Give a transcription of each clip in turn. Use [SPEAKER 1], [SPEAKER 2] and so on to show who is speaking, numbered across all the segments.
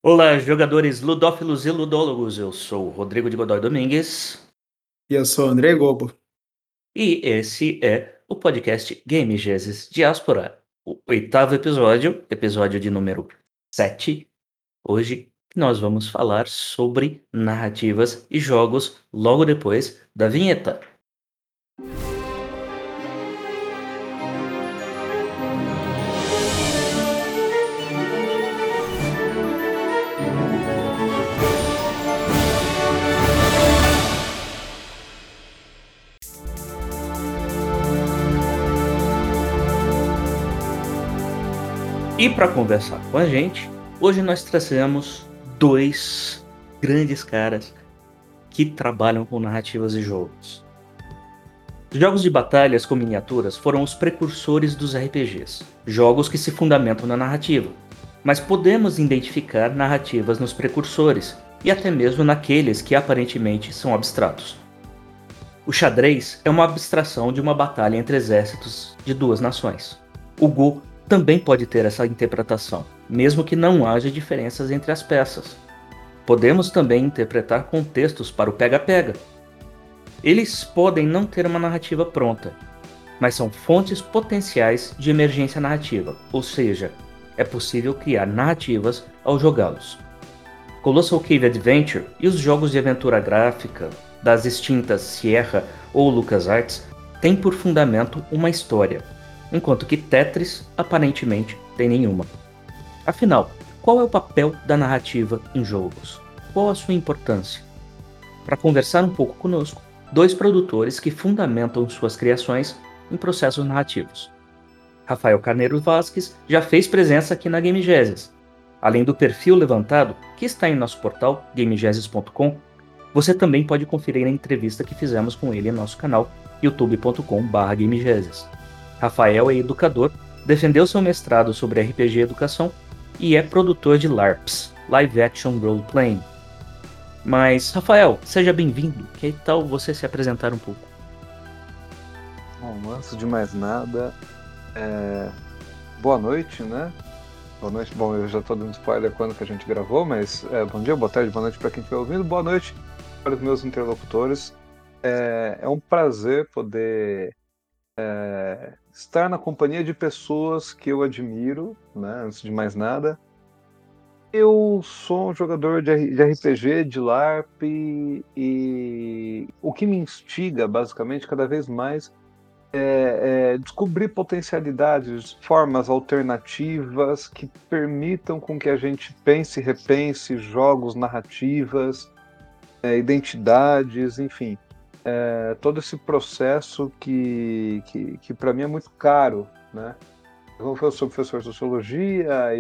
[SPEAKER 1] Olá, jogadores ludófilos e ludólogos. Eu sou o Rodrigo de Godoy Domingues
[SPEAKER 2] E eu sou o André Gobo.
[SPEAKER 1] e esse é o podcast Game Jesus Diaspora, o oitavo episódio, episódio de número 7. Hoje nós vamos falar sobre narrativas e jogos logo depois da vinheta. E para conversar com a gente, hoje nós trazemos dois grandes caras que trabalham com narrativas e jogos. Jogos de batalhas com miniaturas foram os precursores dos RPGs, jogos que se fundamentam na narrativa. Mas podemos identificar narrativas nos precursores, e até mesmo naqueles que aparentemente são abstratos. O xadrez é uma abstração de uma batalha entre exércitos de duas nações. O Go também pode ter essa interpretação, mesmo que não haja diferenças entre as peças. Podemos também interpretar contextos para o pega-pega. Eles podem não ter uma narrativa pronta, mas são fontes potenciais de emergência narrativa, ou seja, é possível criar narrativas ao jogá-los. Colossal Cave Adventure e os jogos de aventura gráfica das extintas Sierra ou LucasArts têm por fundamento uma história, enquanto que Tetris aparentemente tem nenhuma. Afinal, qual é o papel da narrativa em jogos? Qual a sua importância? Para conversar um pouco conosco, dois produtores que fundamentam suas criações em processos narrativos. Rafael Carneiro Vasques já fez presença aqui na GameGeses. Além do perfil levantado, que está em nosso portal gamegeses.com, você também pode conferir a entrevista que fizemos com ele em nosso canal youtube.com/gamegeses. Rafael é educador, defendeu seu mestrado sobre RPG e educação e é produtor de LARPs, Live Action Role Playing. Mas, Rafael, seja bem-vindo. Que tal você se apresentar um pouco?
[SPEAKER 3] Bom, antes de mais nada, boa noite, né? Boa noite, bom, eu já tô dando spoiler quando que a gente gravou, mas bom dia, boa tarde, boa noite para quem estiver ouvindo, boa noite para os meus interlocutores. É um prazer poder estar na companhia de pessoas que eu admiro, né? Antes de mais nada. Eu sou um jogador de RPG, de LARP, e o que me instiga, basicamente, cada vez mais descobrir potencialidades, formas alternativas que permitam com que a gente pense e repense jogos, narrativas, identidades, enfim. Todo esse processo que para mim é muito caro, né? Eu sou professor de sociologia,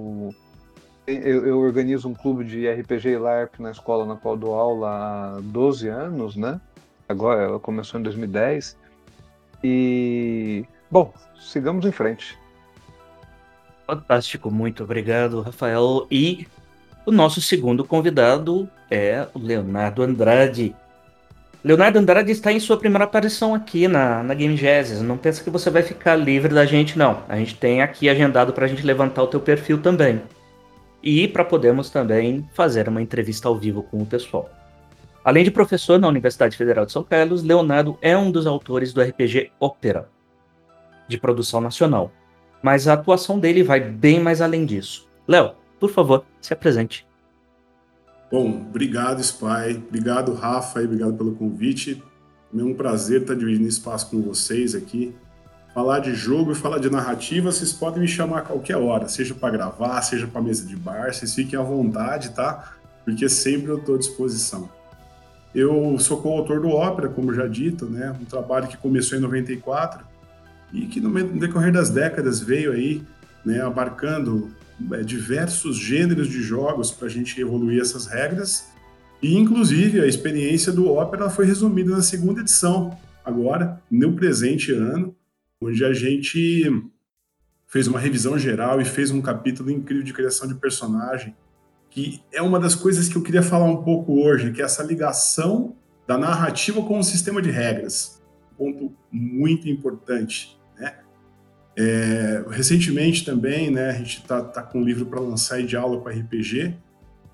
[SPEAKER 3] eu organizo um clube de RPG e LARP na escola na qual dou aula há 12 anos, né? Agora, ela começou em 2010. E, bom, sigamos em frente.
[SPEAKER 1] Fantástico, muito obrigado, Rafael. E o nosso segundo convidado é o Leonardo Andrade. Leonardo Andrade está em sua primeira aparição aqui na Game Genesis. Não pensa que você vai ficar livre da gente, não. A gente tem aqui agendado para a gente levantar o teu perfil também. E para podermos também fazer uma entrevista ao vivo com o pessoal. Além de professor na Universidade Federal de São Carlos, Leonardo é um dos autores do RPG Ópera, de produção nacional. Mas a atuação dele vai bem mais além disso. Léo, por favor, se apresente.
[SPEAKER 4] Bom, obrigado, Spy. Obrigado, Rafa, e obrigado pelo convite. É um prazer estar dividindo espaço com vocês aqui. Falar de jogo e falar de narrativa, vocês podem me chamar a qualquer hora, seja para gravar, seja para mesa de bar, vocês fiquem à vontade, tá? Porque sempre eu estou à disposição. Eu sou coautor do Ópera, como já dito, né? Um trabalho que começou em 94 e que no decorrer das décadas veio aí, né, abarcando diversos gêneros de jogos para a gente evoluir essas regras. E, inclusive, a experiência do Opera foi resumida na segunda edição, agora, no presente ano, onde a gente fez uma revisão geral e fez um capítulo incrível de criação de personagem, que é uma das coisas que eu queria falar um pouco hoje, que é essa ligação da narrativa com o sistema de regras. Um ponto muito importante, né? Recentemente também, né, a gente tá com um livro para lançar de aula com RPG,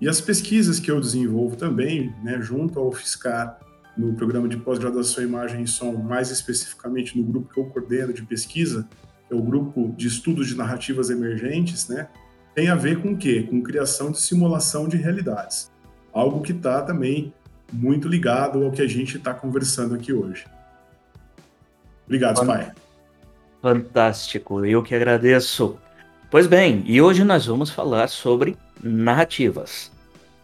[SPEAKER 4] E as pesquisas que eu desenvolvo também, né, junto ao UFSCar, no programa de pós-graduação em Imagem e Som, mais especificamente no grupo que eu coordeno de pesquisa, que é o grupo de estudos de narrativas emergentes, né, tem a ver com o quê? Com criação de simulação de realidades. Algo que está também muito ligado ao que a gente está conversando aqui hoje. Obrigado, Spy.
[SPEAKER 1] Fantástico, eu que agradeço. Pois bem, e hoje nós vamos falar sobre narrativas.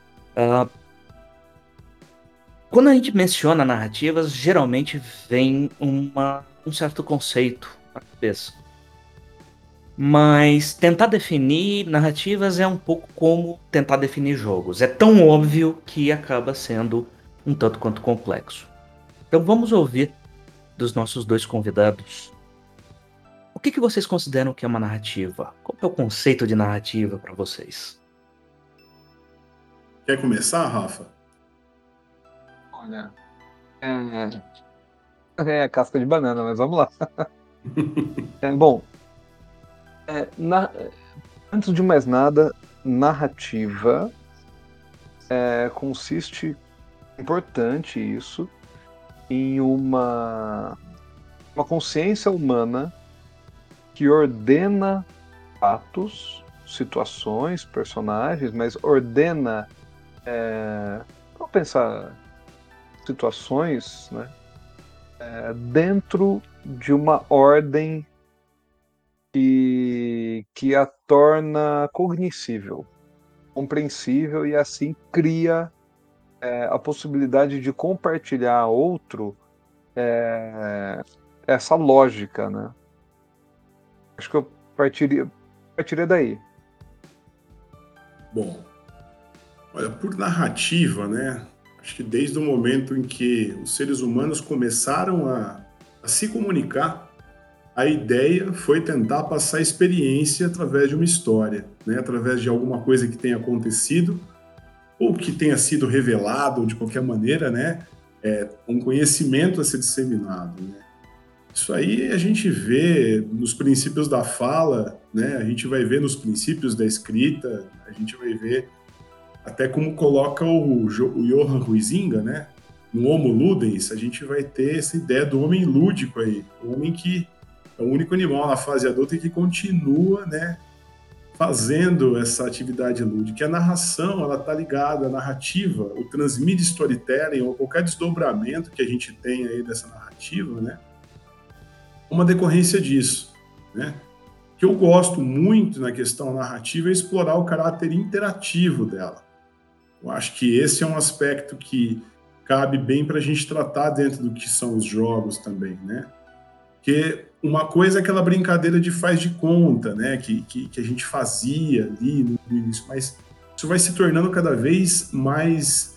[SPEAKER 1] Quando a gente menciona narrativas, geralmente vem um certo conceito na cabeça. Mas tentar definir narrativas é um pouco como tentar definir jogos. É tão óbvio que acaba sendo um tanto quanto complexo. Então vamos ouvir dos nossos dois convidados. O que vocês consideram que é uma narrativa? Qual é o conceito de narrativa para vocês?
[SPEAKER 4] Quer começar, Rafa?
[SPEAKER 3] Olha, é casca de banana, mas vamos lá. Bom, antes de mais nada, narrativa consiste, importante isso, em uma consciência humana que ordena fatos, situações, personagens, mas ordena, vamos pensar, situações, né, dentro de uma ordem que a torna cognoscível, compreensível e assim cria a possibilidade de compartilhar a outro essa lógica, né? Acho que eu partiria daí.
[SPEAKER 4] Bom, olha, por narrativa, né? Acho que desde o momento em que os seres humanos começaram a se comunicar, a ideia foi tentar passar experiência através de uma história, né? Através de alguma coisa que tenha acontecido ou que tenha sido revelado de qualquer maneira, né? Um conhecimento a ser disseminado, né? Isso aí a gente vê nos princípios da fala, né? A gente vai ver nos princípios da escrita, a gente vai ver até como coloca o Johann Huizinga, né? No Homo Ludens, a gente vai ter essa ideia do homem lúdico aí, o homem que é o único animal na fase adulta e que continua, né, fazendo essa atividade lúdica. A narração, ela tá ligada à narrativa, o transmídia storytelling ou qualquer desdobramento que a gente tem aí dessa narrativa, né? Uma decorrência disso, né? O que eu gosto muito na questão narrativa é explorar o caráter interativo dela. Eu acho que esse é um aspecto que cabe bem para a gente tratar dentro do que são os jogos também, né? Porque uma coisa é aquela brincadeira de faz de conta, né? Que a gente fazia ali no início, mas isso vai se tornando cada vez mais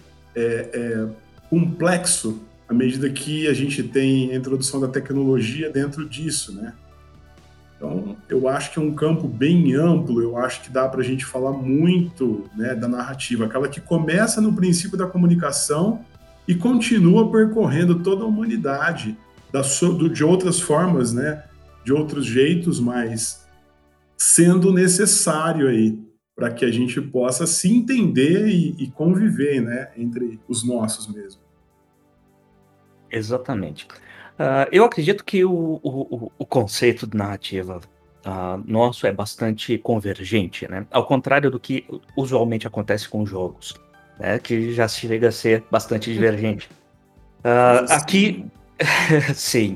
[SPEAKER 4] complexo à medida que a gente tem a introdução da tecnologia dentro disso, né? Então, eu acho que é um campo bem amplo, eu acho que dá para a gente falar muito, né, da narrativa, aquela que começa no princípio da comunicação e continua percorrendo toda a humanidade de outras formas, né, de outros jeitos, mas sendo necessário aí para que a gente possa se entender e conviver, né, entre os nossos mesmo.
[SPEAKER 1] Exatamente. Eu acredito que o conceito de narrativa nosso é bastante convergente, né? Ao contrário do que usualmente acontece com jogos, né? Que já chega a ser bastante divergente. Aqui, sim.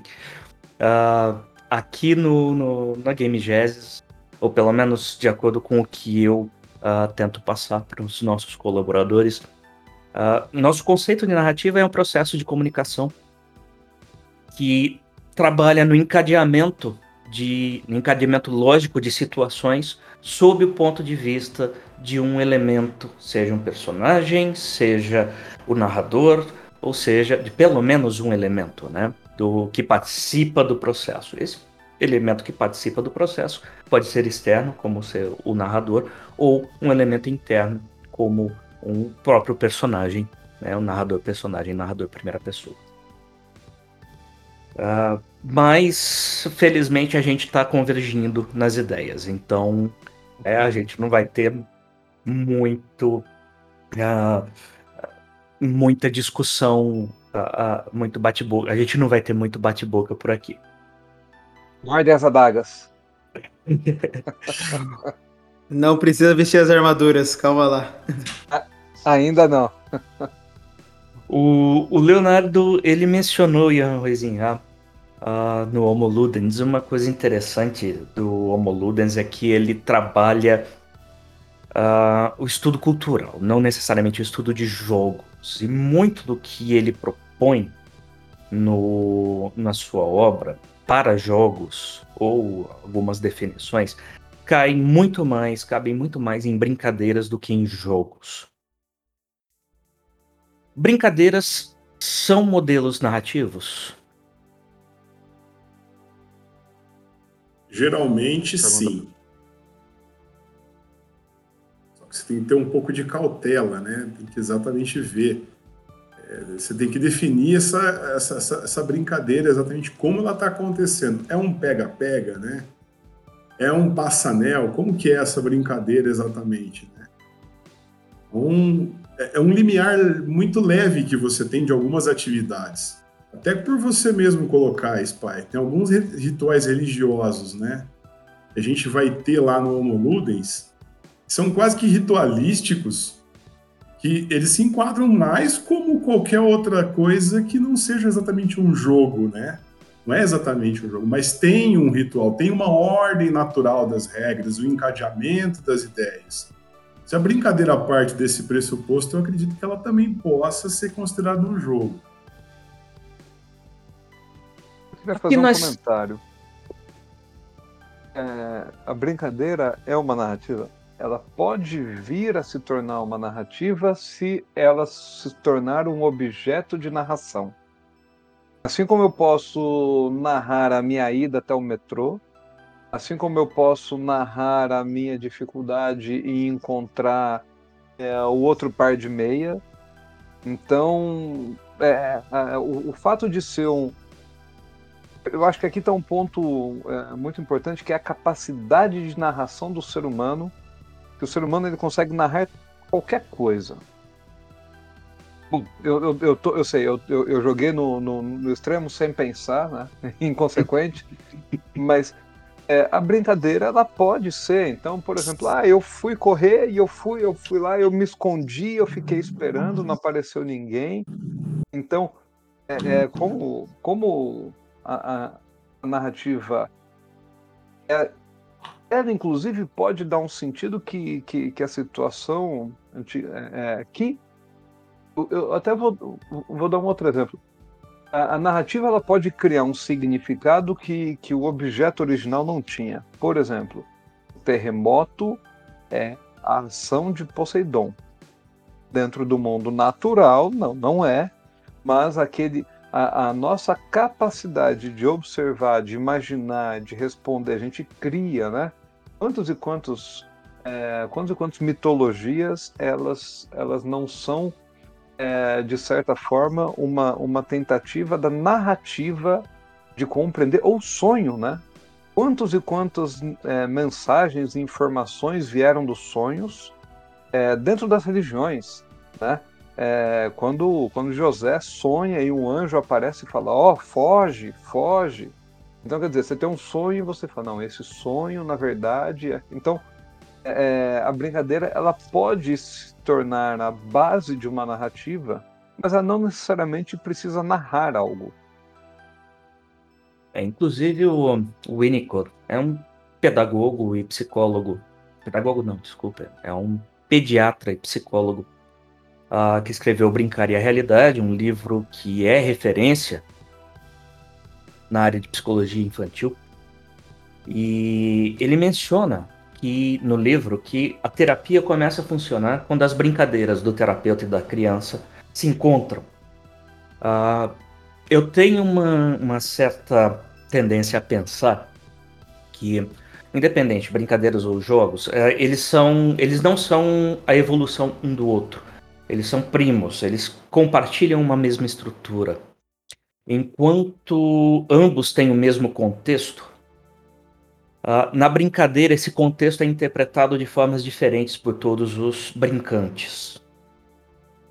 [SPEAKER 1] Aqui na Game Jazz, ou pelo menos de acordo com o que eu tento passar para os nossos colaboradores, nosso conceito de narrativa é um processo de comunicação que trabalha no encadeamento lógico de situações sob o ponto de vista de um elemento, seja um personagem, seja o narrador, ou seja, de pelo menos um elemento, né, do que participa do processo. Esse elemento que participa do processo pode ser externo, como ser o narrador, ou um elemento interno, como um próprio personagem, né, o narrador-personagem, narrador primeira pessoa. Mas, felizmente, a gente está convergindo nas ideias. Então, a gente não vai ter muito ah, muita discussão, muito bate-boca. A gente não vai ter muito bate-boca por aqui.
[SPEAKER 3] Guardem as adagas.
[SPEAKER 2] Não precisa vestir as armaduras, calma lá.
[SPEAKER 3] Ainda não.
[SPEAKER 1] O Leonardo, ele mencionou, Ian Ruizinho, no Homo Ludens. Uma coisa interessante do Homo Ludens é que ele trabalha o estudo cultural, não necessariamente o estudo de jogos. E muito do que ele propõe na sua obra para jogos, ou algumas definições, cabem muito mais em brincadeiras do que em jogos. Brincadeiras são modelos narrativos?
[SPEAKER 4] Geralmente, sim. Só que você tem que ter um pouco de cautela, né? Tem que exatamente ver. Você tem que definir essa brincadeira, exatamente como ela está acontecendo. É um pega-pega, né? É um passanel? Como que é essa brincadeira exatamente, né? É um limiar muito leve que você tem de algumas atividades. Até por você mesmo colocar, Spy. Tem alguns rituais religiosos, né? A gente vai ter lá no Homo Ludens, são quase que ritualísticos, que eles se enquadram mais como qualquer outra coisa que não seja exatamente um jogo, né? Não é exatamente um jogo, mas tem um ritual, tem uma ordem natural das regras, o encadeamento das ideias. Se a brincadeira parte desse pressuposto, eu acredito que ela também possa ser considerada um jogo.
[SPEAKER 3] Eu queria fazer um comentário. A brincadeira é uma narrativa. Ela pode vir a se tornar uma narrativa se ela se tornar um objeto de narração. Assim como eu posso narrar a minha ida até o metrô, assim como eu posso narrar a minha dificuldade em encontrar o outro par de meia. Então, o fato de ser um... Eu acho que aqui está um ponto muito importante, que é a capacidade de narração do ser humano, que o ser humano ele consegue narrar qualquer coisa. Bom, eu sei, eu joguei no extremo sem pensar, né? Inconsequente, mas a brincadeira ela pode ser, então, por exemplo, eu fui correr e eu fui lá, eu me escondi, eu fiquei esperando, não apareceu ninguém. Então, como a narrativa ela inclusive pode dar um sentido que a situação que eu até vou dar um outro exemplo. A narrativa ela pode criar um significado que o objeto original não tinha. Por exemplo, o terremoto é a ação de Poseidon. Dentro do mundo natural, não é, mas a nossa capacidade de observar, de imaginar, de responder, a gente cria, né? Quantos e quantos mitologias elas não são de certa forma, uma tentativa da narrativa de compreender, ou sonho, né? Quantos e quantas mensagens e informações vieram dos sonhos dentro das religiões, né? Quando José sonha e um anjo aparece e fala, foge, foge. Então, quer dizer, você tem um sonho e você fala, não, esse sonho, na verdade... Então, a brincadeira ela pode se tornar a base de uma narrativa, mas ela não necessariamente precisa narrar algo.
[SPEAKER 1] Inclusive o Winnicott é um pedagogo e psicólogo. Pedagogo não, desculpa. É um pediatra e psicólogo que escreveu Brincar e a Realidade, um livro que é referência na área de psicologia infantil. E ele menciona no livro que a terapia começa a funcionar quando as brincadeiras do terapeuta e da criança se encontram. Eu tenho uma certa tendência a pensar que, independente, brincadeiras ou jogos, eles não são a evolução um do outro. Eles são primos, eles compartilham uma mesma estrutura. Enquanto ambos têm o mesmo contexto, na brincadeira esse contexto é interpretado de formas diferentes por todos os brincantes.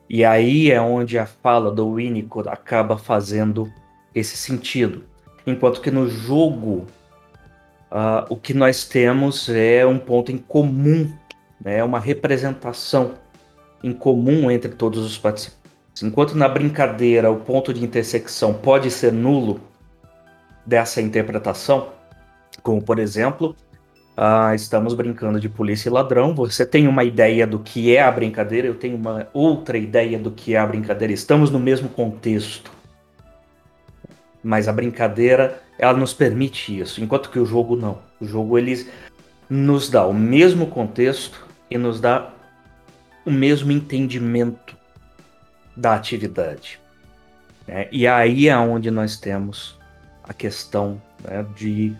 [SPEAKER 1] E aí é onde a fala do Winnicott acaba fazendo esse sentido. Enquanto que no jogo, o que nós temos é um ponto em comum, né? Uma representação em comum entre todos os participantes. Enquanto na brincadeira o ponto de intersecção pode ser nulo dessa interpretação, como por exemplo, estamos brincando de polícia e ladrão, você tem uma ideia do que é a brincadeira, eu tenho uma outra ideia do que é a brincadeira, estamos no mesmo contexto, mas a brincadeira ela nos permite isso, enquanto que o jogo não. O jogo ele nos dá o mesmo contexto e nos dá o mesmo entendimento da atividade, né? E aí é onde nós temos a questão, né, de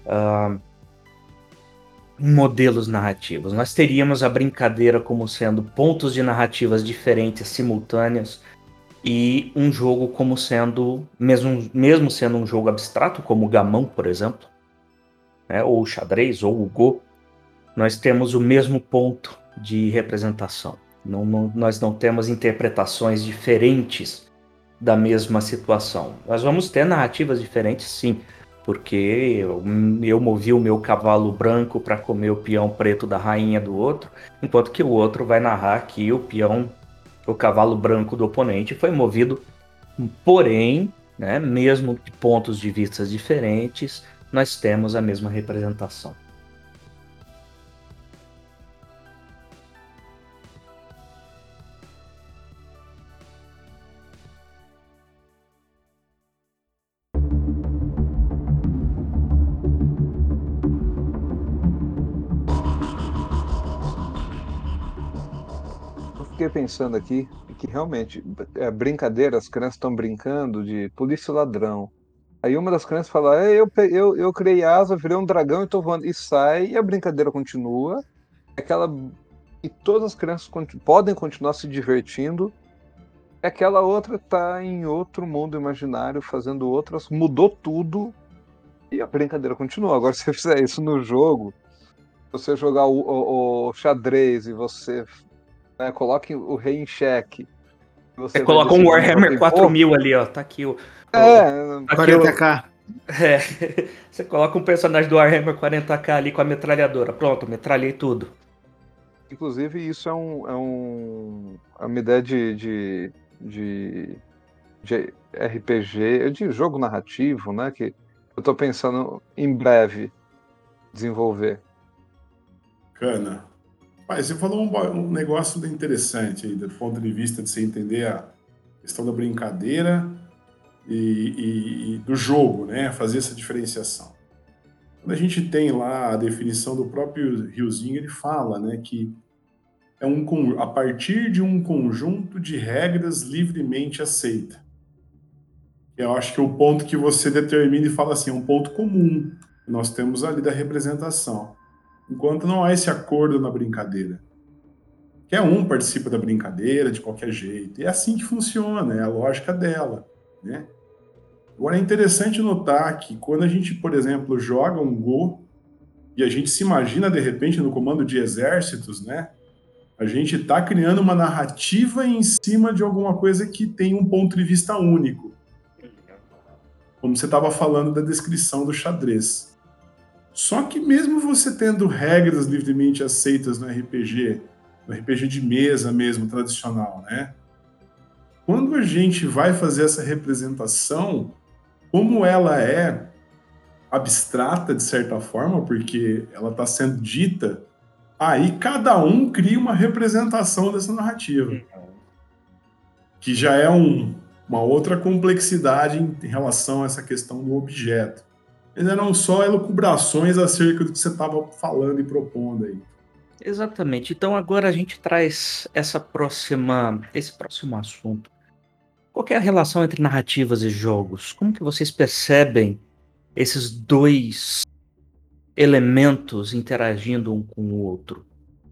[SPEAKER 1] modelos narrativos. Nós teríamos a brincadeira como sendo pontos de narrativas diferentes, simultâneos, e um jogo como sendo, mesmo sendo um jogo abstrato, como o gamão, por exemplo, né, ou o xadrez, ou o Go, nós temos o mesmo ponto de representação. Nós não temos interpretações diferentes da mesma situação. Nós vamos ter narrativas diferentes, sim, porque eu movi o meu cavalo branco para comer o peão preto da rainha do outro, enquanto que o outro vai narrar que o cavalo branco do oponente foi movido, porém, né, mesmo de pontos de vista diferentes, nós temos a mesma representação.
[SPEAKER 3] Eu fiquei pensando aqui que realmente é brincadeira, as crianças estão brincando de polícia e ladrão. Aí uma das crianças fala: eu criei asa, virei um dragão e tô voando. E sai, e a brincadeira continua. Aquela... E todas as crianças podem continuar se divertindo. E aquela outra tá em outro mundo imaginário, fazendo outras, mudou tudo e a brincadeira continua. Agora, se você fizer isso no jogo, você jogar o xadrez e você, né, coloque o rei em xeque,
[SPEAKER 1] Você
[SPEAKER 3] você vai
[SPEAKER 1] coloca um
[SPEAKER 3] decidir qual
[SPEAKER 1] Warhammer
[SPEAKER 3] pivô.
[SPEAKER 1] 4000 ali, ó, tá aqui
[SPEAKER 3] É,
[SPEAKER 1] tá aqui
[SPEAKER 2] 40k.
[SPEAKER 1] é, você coloca um personagem do Warhammer 40k ali com a metralhadora, pronto, metralhei tudo.
[SPEAKER 3] inclusive, isso é uma ideia de RPG, de jogo narrativo, né? Que eu tô pensando em breve desenvolver.
[SPEAKER 4] Cana. Pai, você falou um negócio interessante aí, do ponto de vista de você entender a questão da brincadeira e do jogo, né? Fazer essa diferenciação. Quando a gente tem lá a definição do próprio Riozinho, ele fala, né, que a partir de um conjunto de regras livremente aceita. Eu acho que é o ponto que você determina e fala assim, é um ponto comum que nós temos ali da representação. Enquanto não há esse acordo na brincadeira. Qualquer um participa da brincadeira de qualquer jeito. E é assim que funciona, é a lógica dela, né? Agora é interessante notar que quando a gente, por exemplo, joga um Go e a gente se imagina de repente no comando de exércitos, né? A gente está criando uma narrativa em cima de alguma coisa que tem um ponto de vista único. Como você estava falando da descrição do xadrez. Só que mesmo você tendo regras livremente aceitas no RPG de mesa mesmo, tradicional, né? Quando a gente vai fazer essa representação, como ela é abstrata de certa forma, porque ela está sendo dita, aí cada um cria uma representação dessa narrativa, que já é uma outra complexidade em relação a essa questão do objeto. Mas eram só elucubrações acerca do que você estava falando e propondo aí.
[SPEAKER 1] Exatamente. Então agora a gente traz esse próximo assunto. Qual que é a relação entre narrativas e jogos? Como que vocês percebem esses dois elementos interagindo um com o outro?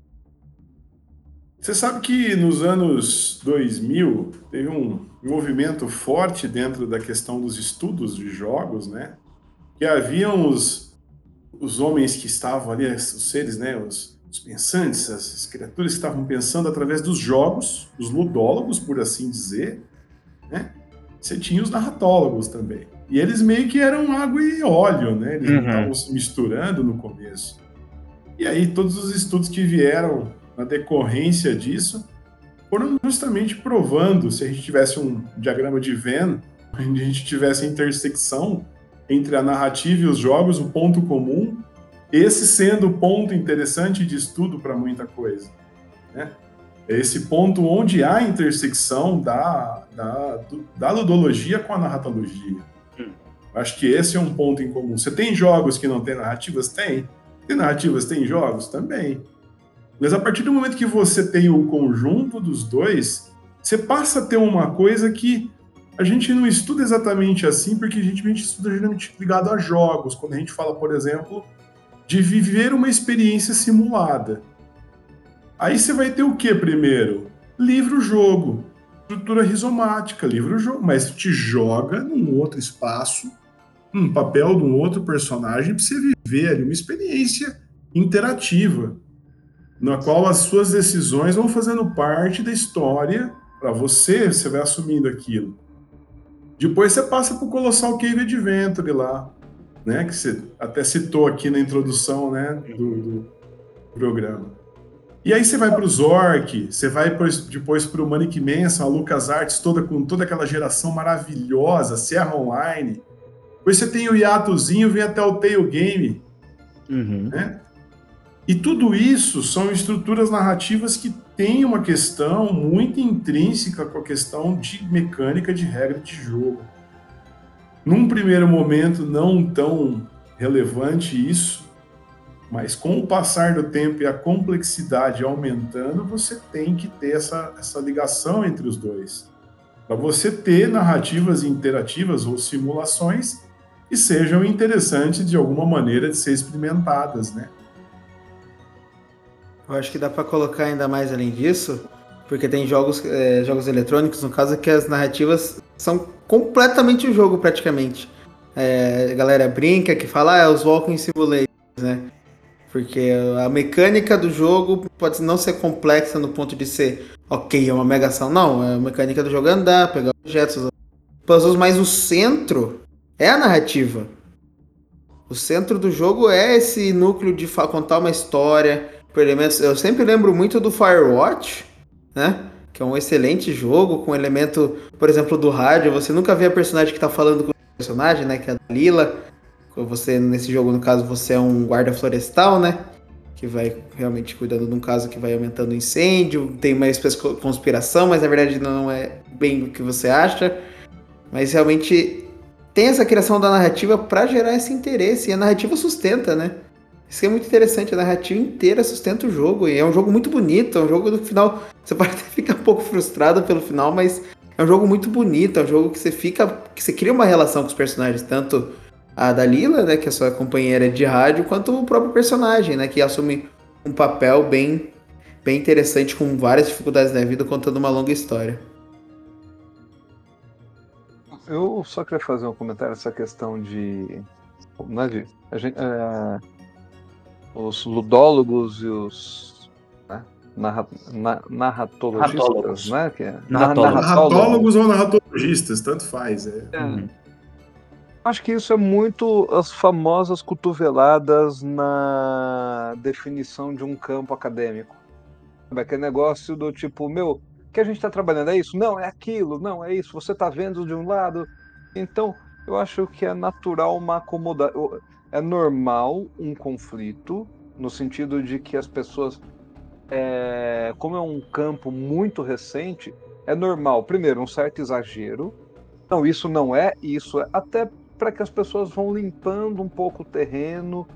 [SPEAKER 4] Você sabe que nos anos 2000 teve um movimento forte dentro da questão dos estudos de jogos, né? Que haviam os homens que estavam ali, os seres, né? os pensantes, as criaturas que estavam pensando através dos jogos, os ludólogos, por assim dizer, né? Você tinha os narratólogos também. E eles meio que eram água e óleo, né? Eles não estavam se misturando no começo. E aí todos os estudos que vieram na decorrência disso foram justamente provando, se a gente tivesse um diagrama de Venn, onde a gente tivesse a intersecção entre a narrativa e os jogos, o ponto comum, esse sendo o ponto interessante de estudo para muita coisa, né? Esse ponto onde há a intersecção da ludologia com a narratologia. Acho que esse é um ponto em comum. Você tem jogos que não tem narrativas? Tem. Tem narrativas, tem jogos? Também. Mas a partir do momento que você tem o conjunto dos dois, você passa a ter uma coisa que a gente não estuda exatamente assim, porque a gente estuda geralmente ligado a jogos. Quando a gente fala, por exemplo, de viver uma experiência simulada. Aí você vai ter o que primeiro? Livro-jogo. Estrutura rizomática, livro-jogo. Mas te joga num outro espaço, um papel de um outro personagem para você viver ali uma experiência interativa, na qual as suas decisões vão fazendo parte da história para você, você vai assumindo aquilo. Depois você passa para o Colossal Cave Adventure lá, né, que você até citou aqui na introdução, né, do programa. E aí você vai para o Zork, você vai depois para o Manic Mansion, a LucasArts toda com toda aquela geração maravilhosa, Serra Online. Depois você tem o hiatozinho, vem até o Tale Game, né? E tudo isso são estruturas narrativas que têm uma questão muito intrínseca com a questão de mecânica de regra de jogo. Num primeiro momento não tão relevante isso, mas com o passar do tempo e a complexidade aumentando, você tem que ter essa ligação entre os dois. Para você ter narrativas interativas ou simulações que sejam interessantes de alguma maneira de ser experimentadas, né?
[SPEAKER 2] Eu acho que dá pra colocar ainda mais além disso, porque tem jogos eletrônicos, no caso, que as narrativas são completamente o jogo, praticamente. A galera brinca que fala, os Walking Simulators, né? Porque a mecânica do jogo pode não ser complexa no ponto de ser, ok, é uma mega ação. Não, a mecânica do jogo é andar, pegar objetos, puzzles, mas o centro é a narrativa. O centro do jogo é esse núcleo de contar uma história por elementos. Eu sempre lembro muito do Firewatch, né? Que é um excelente jogo com elemento, por exemplo, do rádio. Você nunca vê a personagem que tá falando com o personagem, né? Que é a Dalila. Você, nesse jogo, no caso, você é um guarda florestal, né? Que vai realmente cuidando de um caso que vai aumentando o incêndio. Tem uma espécie de conspiração, mas na verdade não é bem o que você acha. Mas realmente tem essa criação da narrativa para gerar esse interesse. E a narrativa sustenta, né? Isso é muito interessante. A narrativa inteira sustenta o jogo. E é um jogo muito bonito. É um jogo do final. Você pode até ficar um pouco frustrado pelo final, mas é um jogo muito bonito. É um jogo que você cria uma relação com os personagens, tanto a Dalila, né, que é sua companheira de rádio, quanto o próprio personagem, né, que assume um papel bem interessante, com várias dificuldades da vida, contando uma longa história.
[SPEAKER 3] Eu só queria fazer um comentário nessa questão de... os ludólogos e os narratologistas, né? Que é,
[SPEAKER 4] narratólogos ou narratologistas, tanto faz.
[SPEAKER 3] Acho que isso é muito as famosas cotoveladas na definição de um campo acadêmico. Aquele negócio do tipo, o que a gente está trabalhando é isso? Não, é aquilo, não, é isso. Você está vendo de um lado. Então, eu acho que é natural uma acomodação. É normal um conflito, no sentido de que as pessoas, como é um campo muito recente, é normal, primeiro, um certo exagero. Não, isso não é, isso é. Até para que as pessoas vão limpando um pouco o terreno.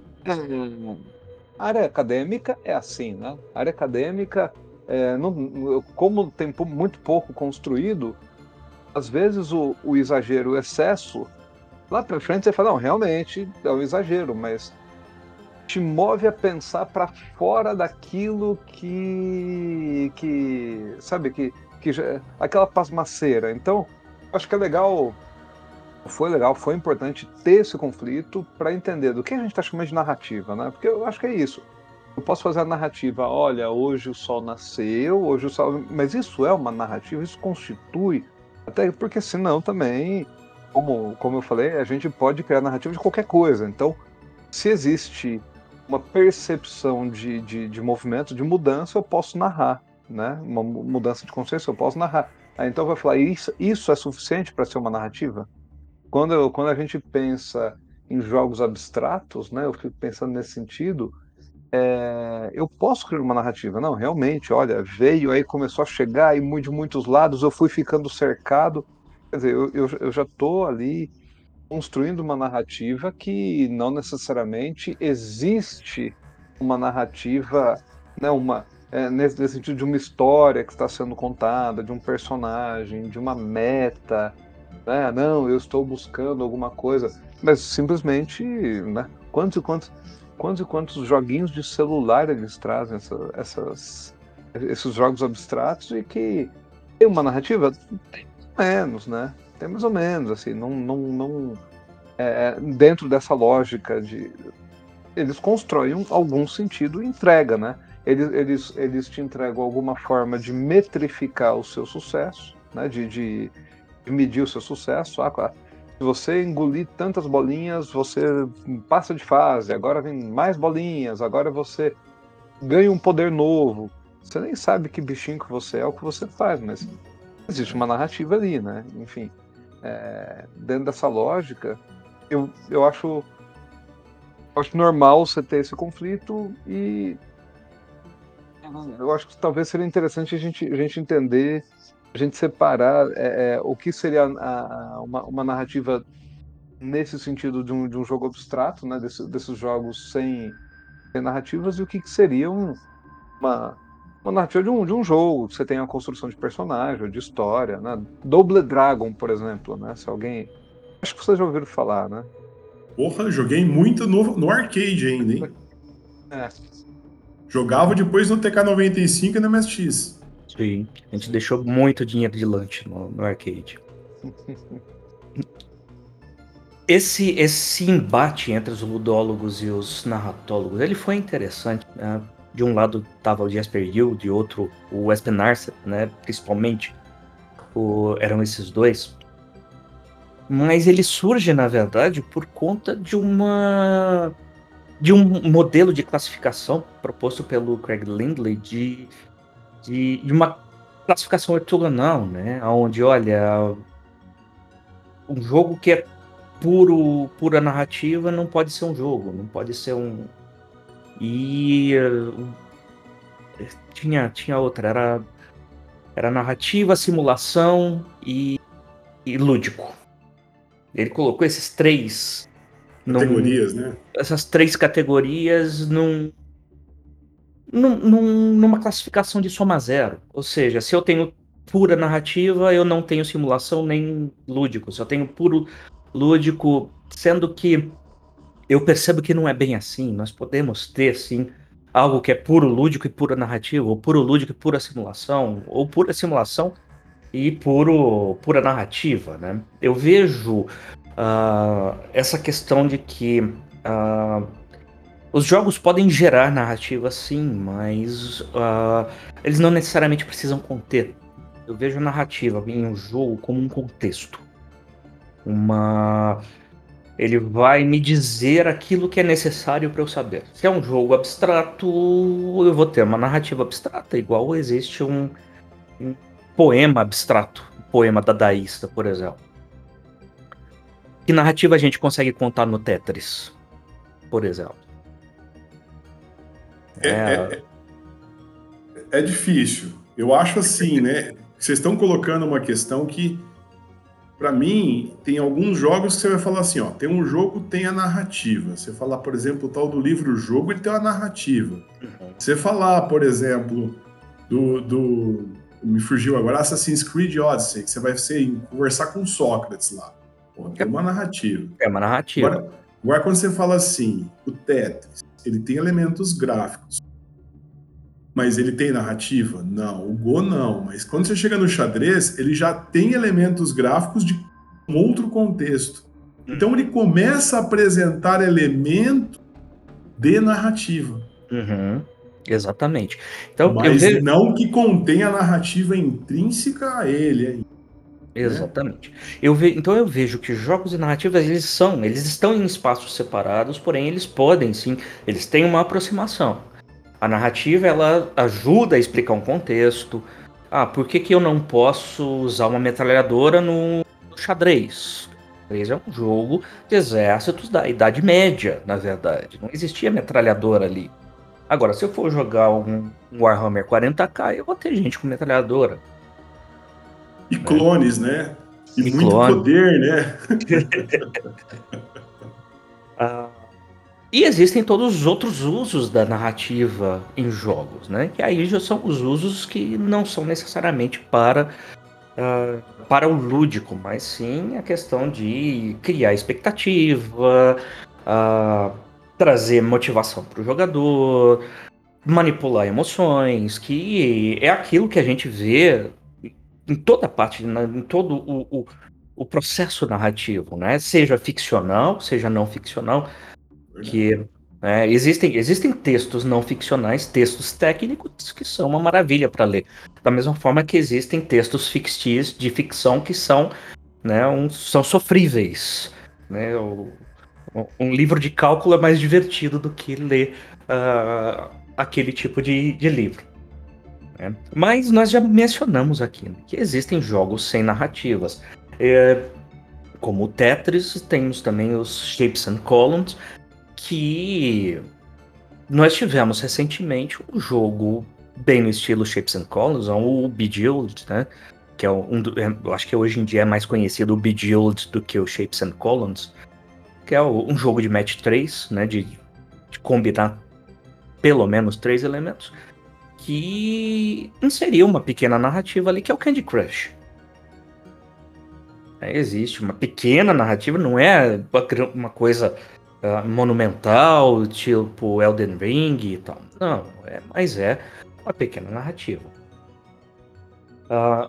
[SPEAKER 3] A área acadêmica é assim, né? A área acadêmica, como tem muito pouco construído, às vezes o exagero, o excesso, lá para frente você fala, não, realmente é um exagero, mas te move a pensar para fora daquilo que sabe, que aquela pasmaceira. Então, acho que é legal. Foi importante ter esse conflito para entender do que a gente está chamando de narrativa, né? Porque eu acho que é isso. Eu posso fazer a narrativa, olha, hoje o sol nasceu, hoje o sol... Mas isso é uma narrativa, isso constitui... Até porque senão também, como eu falei, a gente pode criar narrativa de qualquer coisa. Então, se existe uma percepção de movimento, de mudança, eu posso narrar, né? Uma mudança de consciência, eu posso narrar. Aí, então vai falar, isso é suficiente para ser uma narrativa? Quando a gente pensa em jogos abstratos, né? Eu fico pensando nesse sentido, eu posso criar uma narrativa. Não, realmente, olha, veio aí, começou a chegar e de muitos lados, eu fui ficando cercado. Quer dizer, eu já estou ali construindo uma narrativa que não necessariamente existe uma narrativa, né, nesse sentido de uma história que está sendo contada, de um personagem, de uma meta, né? Não, eu estou buscando alguma coisa, mas simplesmente, né? Quantos joguinhos de celular eles trazem esses jogos abstratos e que tem uma narrativa? Tem menos, né? Tem mais ou menos, assim, não dentro dessa lógica de eles constroem algum sentido e entrega, né? Eles te entregam alguma forma de metrificar o seu sucesso, né? De medir o seu sucesso. Se você engolir tantas bolinhas, você passa de fase, agora vem mais bolinhas, agora você ganha um poder novo. Você nem sabe que bichinho que você é, o que você faz, mas existe uma narrativa ali, né? Enfim, dentro dessa lógica, eu acho normal você ter esse conflito e eu acho que talvez seria interessante a gente entender, a gente separar o que seria uma narrativa nesse sentido de um jogo abstrato, né, desses jogos sem narrativas, e o que seria uma, uma narrativa de um jogo. Você tem a construção de personagem, de história, né? Double Dragon, por exemplo, né? Se alguém... Acho que vocês já ouviram falar, né?
[SPEAKER 4] Porra, joguei muito no arcade ainda, hein?
[SPEAKER 3] É.
[SPEAKER 4] Jogava depois no TK-95 e no MSX.
[SPEAKER 1] Sim, a gente deixou muito dinheiro de lanche no arcade. Esse embate entre os ludólogos e os narratólogos, ele foi interessante, né? De um lado estava o Jasper Hill, de outro o Espen Arce, né? Principalmente eram esses dois. Mas ele surge, na verdade, por conta de um modelo de classificação proposto pelo Craig Lindley de uma classificação ortogonal, né? Onde, olha, um jogo que é pura narrativa não pode ser um jogo, não pode ser um... E tinha outra, era narrativa, simulação e lúdico. Ele colocou
[SPEAKER 4] Categorias, né?
[SPEAKER 1] essas três categorias numa classificação de soma zero. Ou seja, se eu tenho pura narrativa, eu não tenho simulação nem lúdico. Se eu tenho puro lúdico, sendo que eu percebo que não é bem assim. Nós podemos ter, sim, algo que é puro lúdico e pura narrativa, ou puro lúdico e pura simulação, ou pura simulação e pura narrativa, né? Eu vejo essa questão de que os jogos podem gerar narrativa, sim, mas eles não necessariamente precisam conter. Eu vejo a narrativa em um jogo como um contexto. Ele vai me dizer aquilo que é necessário para eu saber. Se é um jogo abstrato, eu vou ter uma narrativa abstrata, igual existe um poema abstrato, um poema dadaísta, por exemplo. Que narrativa a gente consegue contar no Tetris, por exemplo?
[SPEAKER 4] É difícil. Eu acho assim, né? Vocês estão colocando uma questão que, para mim, tem alguns jogos que você vai falar assim, ó, tem um jogo, tem a narrativa. Você falar, por exemplo, o tal do livro-jogo, ele tem uma narrativa.
[SPEAKER 1] Uhum.
[SPEAKER 4] Você falar, por exemplo, me fugiu agora, Assassin's Creed Odyssey, que você vai conversar com Sócrates lá. Pô, tem uma narrativa.
[SPEAKER 1] É uma narrativa.
[SPEAKER 4] Agora, quando você fala assim, o Tetris, ele tem elementos gráficos, mas ele tem narrativa? Não. O Go não. Mas quando você chega no xadrez, ele já tem elementos gráficos de um outro contexto. Então ele começa a apresentar elementos de narrativa.
[SPEAKER 1] Uhum. Exatamente. Então, eu
[SPEAKER 4] Mas
[SPEAKER 1] vejo.
[SPEAKER 4] não que contenha a narrativa intrínseca a ele, né?
[SPEAKER 1] Exatamente. Então eu vejo que jogos e narrativas eles estão em espaços separados, porém eles podem sim, eles têm uma aproximação. A narrativa ela ajuda a explicar um contexto. Ah, por que que eu não posso usar uma metralhadora no xadrez? O xadrez é um jogo de exércitos da Idade Média, na verdade. Não existia metralhadora ali. Agora, se eu for jogar um Warhammer 40K, eu vou ter gente com metralhadora,
[SPEAKER 4] E
[SPEAKER 1] né?
[SPEAKER 4] clones, né? E
[SPEAKER 1] E
[SPEAKER 4] muito
[SPEAKER 1] clone.
[SPEAKER 4] poder, né?
[SPEAKER 1] Ah, e existem todos os outros usos da narrativa em jogos, né? Que aí já são os usos que não são necessariamente para o lúdico, mas sim a questão de criar expectativa, ah, trazer motivação para o jogador, manipular emoções, que é aquilo que a gente vê em toda parte, em todo o processo narrativo, né? Seja ficcional, seja não ficcional.
[SPEAKER 4] Verdade.
[SPEAKER 1] Que existem textos não ficcionais, textos técnicos que são uma maravilha para ler. Da mesma forma que existem textos fictícios de ficção que são, né, são sofríveis. Né? Um livro de cálculo é mais divertido do que ler aquele tipo de livro. Né? Mas nós já mencionamos aqui, né, que existem jogos sem narrativas. Como o Tetris, temos também os Shapes and Columns, que nós tivemos recentemente um jogo bem no estilo Shapes and Colors, o Bejeweled, né? Que é eu acho que hoje em dia é mais conhecido o Bejeweled do que o Shapes and Colors, que é um jogo de match 3, né? De combinar pelo menos 3 elementos, que inseria uma pequena narrativa ali, que é o Candy Crush. Existe uma pequena narrativa, não é uma coisa monumental, tipo Elden Ring e tal. Não, mas é uma pequena narrativa. Ah,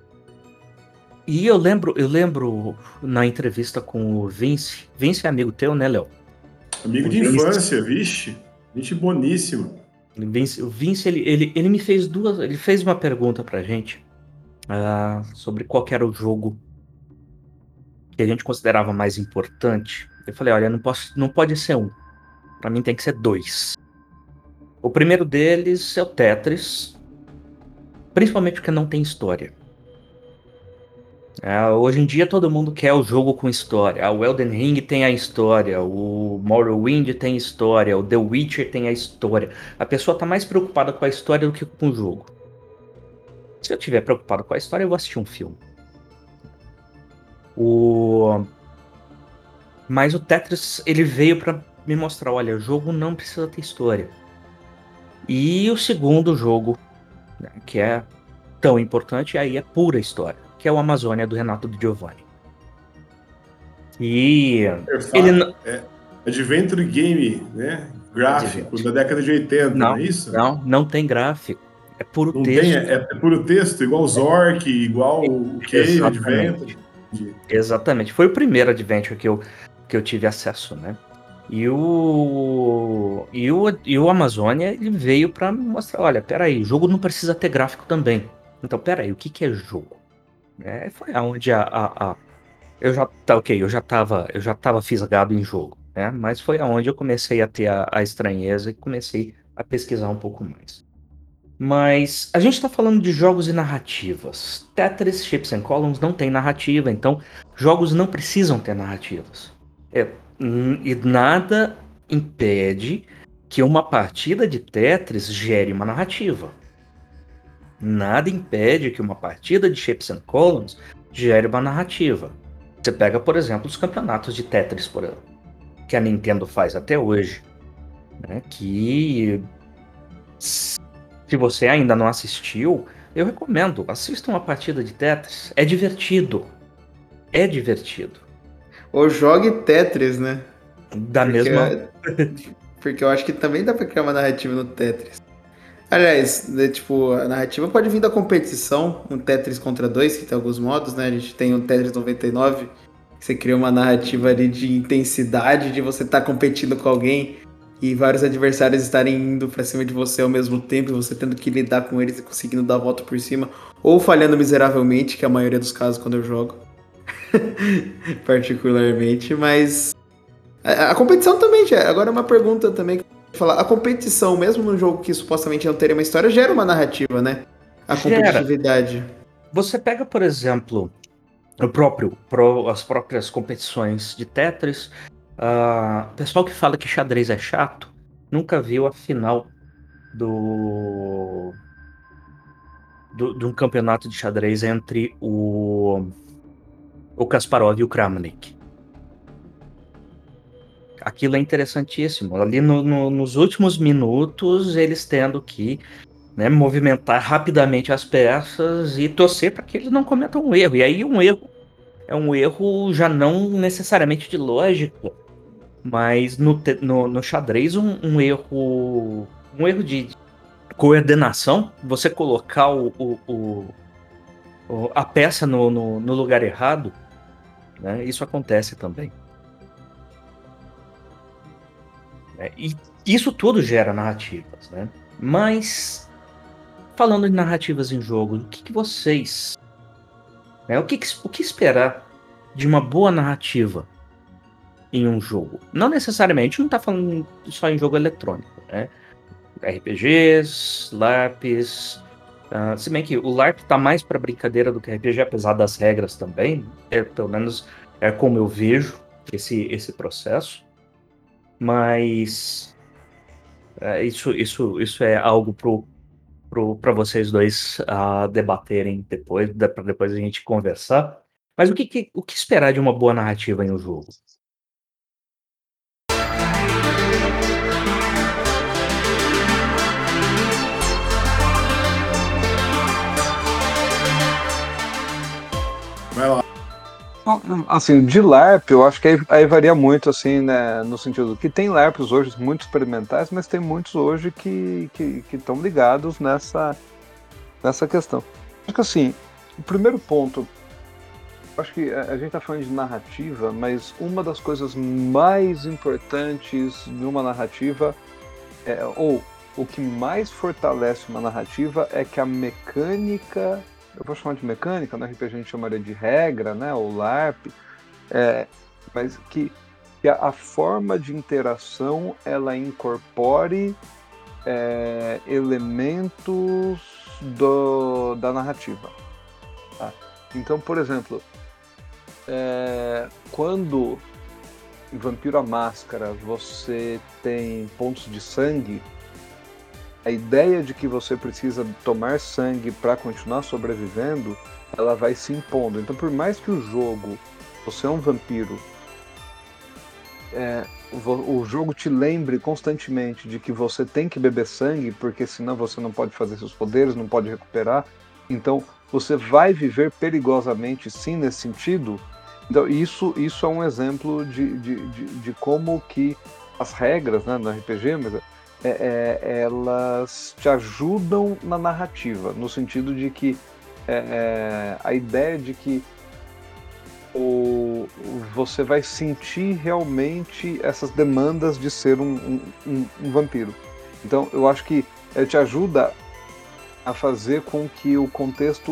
[SPEAKER 1] e eu lembro na entrevista com o Vince. Vince é amigo teu, né, Léo?
[SPEAKER 4] Amigo
[SPEAKER 1] O
[SPEAKER 4] de
[SPEAKER 1] Vince,
[SPEAKER 4] infância, vixe. Gente boníssima.
[SPEAKER 1] o Vince, ele me fez ele fez uma pergunta pra gente sobre qual que era o jogo que a gente considerava mais importante. Eu falei, olha, não pode ser um. Pra mim tem que ser dois. O primeiro deles é o Tetris, principalmente porque não tem história. Hoje em dia todo mundo quer o jogo com história. O Elden Ring tem a história, o Morrowind tem história, o The Witcher tem a história. A pessoa tá mais preocupada com a história do que com o jogo. Se eu estiver preocupado com a história, eu vou assistir um filme. O... Mas o Tetris, ele veio pra me mostrar, olha, o jogo não precisa ter história. E o segundo jogo, né, que é tão importante, aí é pura história, que é o Amazônia do Renato Di Giovanni. E ele
[SPEAKER 4] Interface, Adventure Game, né? Gráfico,
[SPEAKER 1] Advent.
[SPEAKER 4] da década de 80, não
[SPEAKER 1] Não,
[SPEAKER 4] é isso?
[SPEAKER 1] não tem gráfico. É puro
[SPEAKER 4] Não tem,
[SPEAKER 1] texto.
[SPEAKER 4] é puro texto, igual o Zork, igual o Cave
[SPEAKER 1] Exatamente.
[SPEAKER 4] Adventure. Entendi.
[SPEAKER 1] Exatamente. Foi o primeiro Adventure que eu tive acesso, né? E o Amazônia, ele veio para mostrar, olha, peraí, jogo não precisa ter gráfico também. Então, peraí, o que que é jogo? Foi aonde eu já tava fisgado em jogo, né? Mas foi aonde eu comecei a ter a estranheza e comecei a pesquisar um pouco mais. Mas a gente está falando de jogos e narrativas. Tetris, Chips and Columns não tem narrativa, então jogos não precisam ter narrativas. E nada impede que uma partida de Tetris gere uma narrativa. Nada impede que uma partida de Chips and Columns gere uma narrativa. Você pega, por exemplo, os campeonatos de Tetris, que a Nintendo faz até hoje, né? Que se você ainda não assistiu, eu recomendo, assista uma partida de Tetris. É divertido. É divertido.
[SPEAKER 2] Ou jogue Tetris, né?
[SPEAKER 1] Da
[SPEAKER 2] Porque,
[SPEAKER 1] mesma.
[SPEAKER 2] porque eu acho que também dá pra criar uma narrativa no Tetris. Aliás, tipo, a narrativa pode vir da competição, um Tetris contra dois, que tem alguns modos, né? A gente tem o Tetris 99, que você cria uma narrativa ali de intensidade, de você estar competindo com alguém. e vários adversários estarem indo pra cima de você ao mesmo tempo, e você tendo que lidar com eles e conseguindo dar a volta por cima, ou falhando miseravelmente, que é a maioria dos casos quando eu jogo, particularmente, mas a competição também, agora uma pergunta também que eu vou falar, a competição, mesmo num jogo que supostamente não teria uma história, gera uma narrativa, né? A
[SPEAKER 1] Gera.
[SPEAKER 2] competitividade.
[SPEAKER 1] Você pega, por exemplo, as próprias competições de Tetris. Pessoal que fala que xadrez é chato nunca viu a final do, de um campeonato de xadrez entre o Kasparov e o Kramnik. Aquilo é interessantíssimo. Ali nos últimos minutos, eles tendo que, né, movimentar rapidamente as peças e torcer para que eles não cometam um erro. E aí um erro é um erro já não necessariamente de lógica, mas no xadrez um erro de coordenação, você colocar a peça no lugar errado, né, isso acontece também. E isso tudo gera narrativas, né? Mas, falando de narrativas em jogo, o que vocês... Né, o que esperar de uma boa narrativa em um jogo? Não necessariamente, não tá falando só em jogo eletrônico, né? RPGs, LARPs... se bem que o LARP tá mais pra brincadeira do que RPG, apesar das regras também. Pelo menos é como eu vejo esse processo. Mas... isso é algo para vocês dois debaterem depois, para depois a gente conversar. Mas o que esperar de uma boa narrativa em um jogo?
[SPEAKER 4] Vai lá.
[SPEAKER 3] Assim, de LARP, eu acho que aí varia muito, assim, né, no sentido que tem LARPs hoje muito experimentais, mas tem muitos hoje que estão ligados nessa questão. Acho que, assim, o primeiro ponto, acho que a gente está falando de narrativa, mas uma das coisas mais importantes de uma narrativa, ou o que mais fortalece uma narrativa, é que a mecânica... Eu vou chamar de mecânica, no RPG a gente chamaria de regra, né, ou LARP, mas que a forma de interação ela incorpore elementos da narrativa. Tá? Então, por exemplo, quando em Vampiro à Máscara você tem pontos de sangue, a ideia de que você precisa tomar sangue para continuar sobrevivendo, ela vai se impondo. Então, por mais que o jogo, você é um vampiro, o jogo te lembre constantemente de que você tem que beber sangue, porque senão você não pode fazer seus poderes, não pode recuperar. Então, você vai viver perigosamente, sim, nesse sentido. Então, isso é um exemplo de como que as regras, né, no RPG, mas elas te ajudam na narrativa, no sentido de que a ideia de que você vai sentir realmente essas demandas de ser um vampiro. Então, eu acho que te ajuda a fazer com que o contexto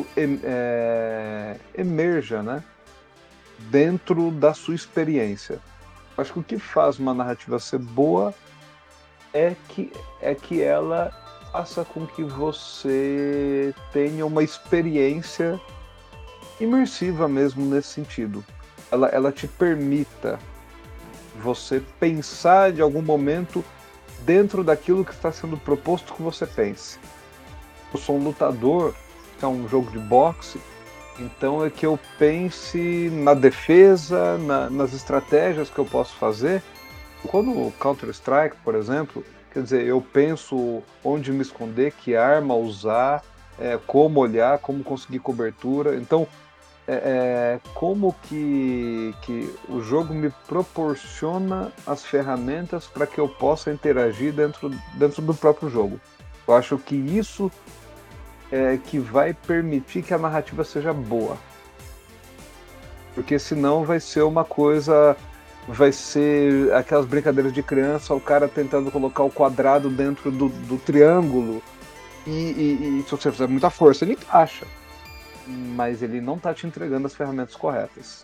[SPEAKER 3] emerja, né, dentro da sua experiência. Eu acho que o que faz uma narrativa ser boa é que ela faça com que você tenha uma experiência imersiva mesmo nesse sentido. Ela te permita você pensar de algum momento dentro daquilo que está sendo proposto que você pense. Eu sou um lutador, que é um jogo de boxe, então é que eu pense na defesa, nas estratégias que eu posso fazer. Quando o Counter-Strike, por exemplo, quer dizer, eu penso onde me esconder, que arma usar, como olhar, como conseguir cobertura. Então, como que o jogo me proporciona as ferramentas para que eu possa interagir dentro do próprio jogo. Eu acho que isso é que vai permitir que a narrativa seja boa. Porque senão vai ser uma coisa vai ser aquelas brincadeiras de criança, o cara tentando colocar o quadrado dentro do triângulo, e se você fizer muita força, ele encaixa. Mas ele não tá te entregando as ferramentas corretas.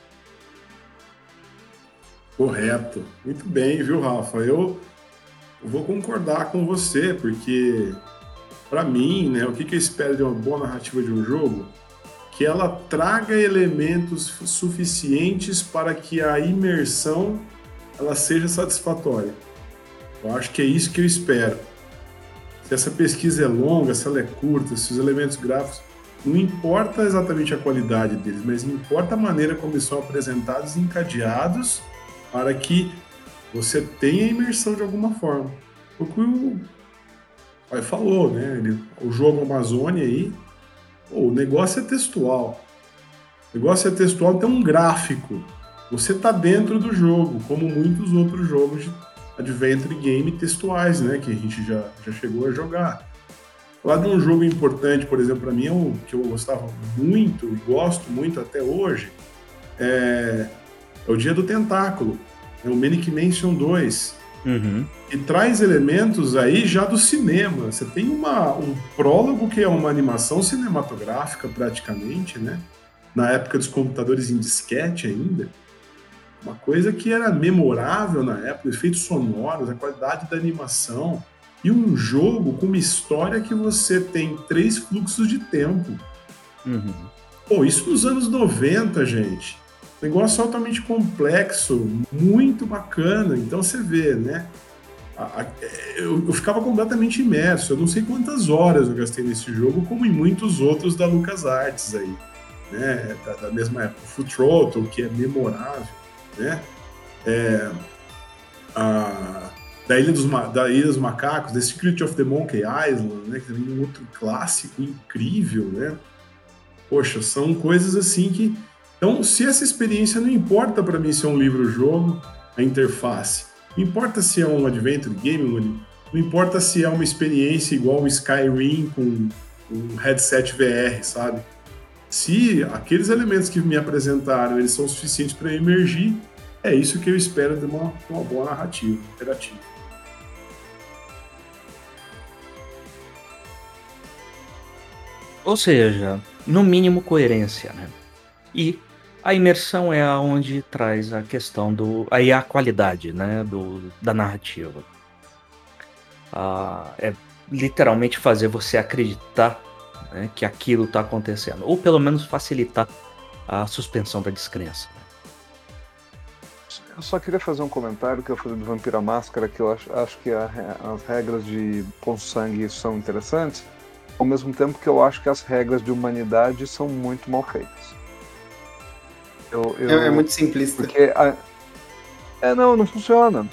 [SPEAKER 4] Correto. Muito bem, viu, Rafa? Eu vou concordar com você, porque, para mim, né, o que eu espero de uma boa narrativa de um jogo? Que ela traga elementos suficientes para que a imersão ela seja satisfatória. Eu acho que é isso que eu espero. Se essa pesquisa é longa, se ela é curta, se os elementos gráficos... Não importa exatamente a qualidade deles, mas importa a maneira como eles são apresentados e encadeados para que você tenha imersão de alguma forma. O que o pai falou, né? O jogo Amazônia aí, o negócio é textual. O negócio é textual, tem um gráfico. Você está dentro do jogo, como muitos outros jogos de adventure game textuais, né? Que a gente já chegou a jogar. Falar de um jogo importante, por exemplo, para mim, que eu gostava muito e gosto muito até hoje, é o Dia do Tentáculo, é o Manic Mansion 2.
[SPEAKER 1] Uhum.
[SPEAKER 4] E traz elementos aí já do cinema. Você tem um prólogo que é uma animação cinematográfica praticamente, né? Na época dos computadores em disquete ainda. Uma coisa que era memorável na época, efeitos sonoros, a qualidade da animação. E um jogo com uma história que você tem 3 fluxos de tempo.
[SPEAKER 1] Uhum.
[SPEAKER 4] Pô, isso nos anos 90, gente. Negócio altamente complexo, muito bacana. Então você vê, né? Eu ficava completamente imerso. Eu não sei quantas horas eu gastei nesse jogo, como em muitos outros da LucasArts aí, né? Da mesma época. Full Throttle, que é memorável, né? Da Ilha dos Macacos, The Secret of the Monkey Island, né? Que também é um outro clássico incrível, né? Poxa, são coisas assim que... Então, se essa experiência não importa para mim se é um livro-jogo, a interface, não importa se é um adventure game, não importa se é uma experiência igual o Skyrim com um headset VR, sabe? Se aqueles elementos que me apresentaram, eles são suficientes para emergir, é isso que eu espero de uma boa narrativa interativa.
[SPEAKER 1] Ou seja, no mínimo coerência, né? E a imersão é aonde traz a questão aí a qualidade, né, da narrativa. É literalmente fazer você acreditar, né, que aquilo está acontecendo, ou pelo menos facilitar a suspensão da descrença.
[SPEAKER 3] Eu só queria fazer um comentário que eu falei do Vampiro à Máscara, que eu acho que as regras de com sangue são interessantes, ao mesmo tempo que eu acho que as regras de humanidade são muito mal feitas.
[SPEAKER 2] É muito simplista.
[SPEAKER 3] Porque não funciona.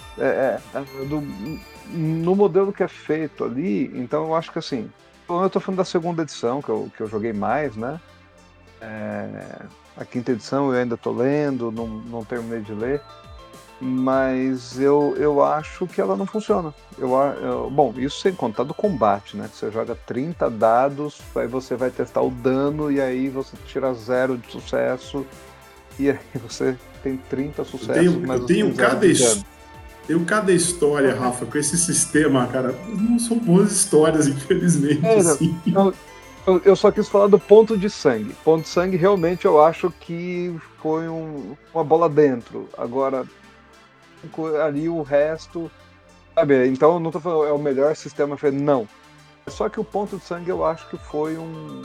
[SPEAKER 3] No modelo que é feito ali, então eu acho que assim, eu tô falando da segunda edição, que eu joguei mais, né? A quinta edição eu ainda tô lendo, não terminei de ler, mas eu acho que ela não funciona. Bom, isso sem contar do combate, né? Você joga 30 dados, aí você vai testar o dano e aí você tira 0 de sucesso. E aí você tem 30 sucessos, mas
[SPEAKER 4] eu tenho cada história, Rafa, com esse sistema, cara. Não são boas histórias, infelizmente. Assim.
[SPEAKER 3] Eu só quis falar do ponto de sangue. Ponto de sangue, realmente, eu acho que foi uma bola dentro. Agora, ali o resto... Sabe, então eu não tô falando é o melhor sistema. Não. Só que o ponto de sangue, eu acho que foi um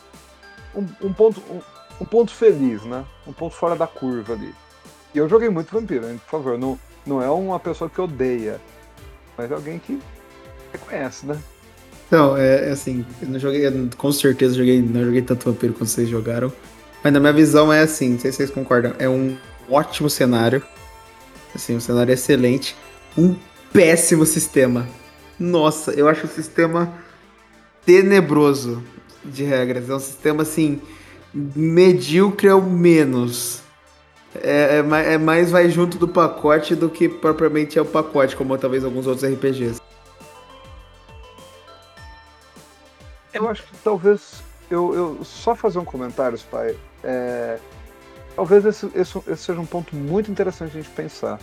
[SPEAKER 3] ponto feliz, né? Um ponto fora da curva ali. E eu joguei muito Vampiro, hein? Por favor, não é uma pessoa que odeia, mas é alguém que reconhece, né?
[SPEAKER 2] Não, assim, eu não joguei, com certeza não joguei tanto Vampiro quanto vocês jogaram, mas na minha visão é assim, não sei se vocês concordam, é um ótimo cenário, assim, um cenário excelente, um péssimo sistema. Nossa, eu acho o sistema tenebroso de regras, é um sistema assim... medíocre ao menos. É mais vai junto do pacote do que propriamente é o pacote, como talvez alguns outros RPGs.
[SPEAKER 3] Eu acho que talvez... Eu só fazer um comentário, pai. talvez esse seja um ponto muito interessante a gente pensar.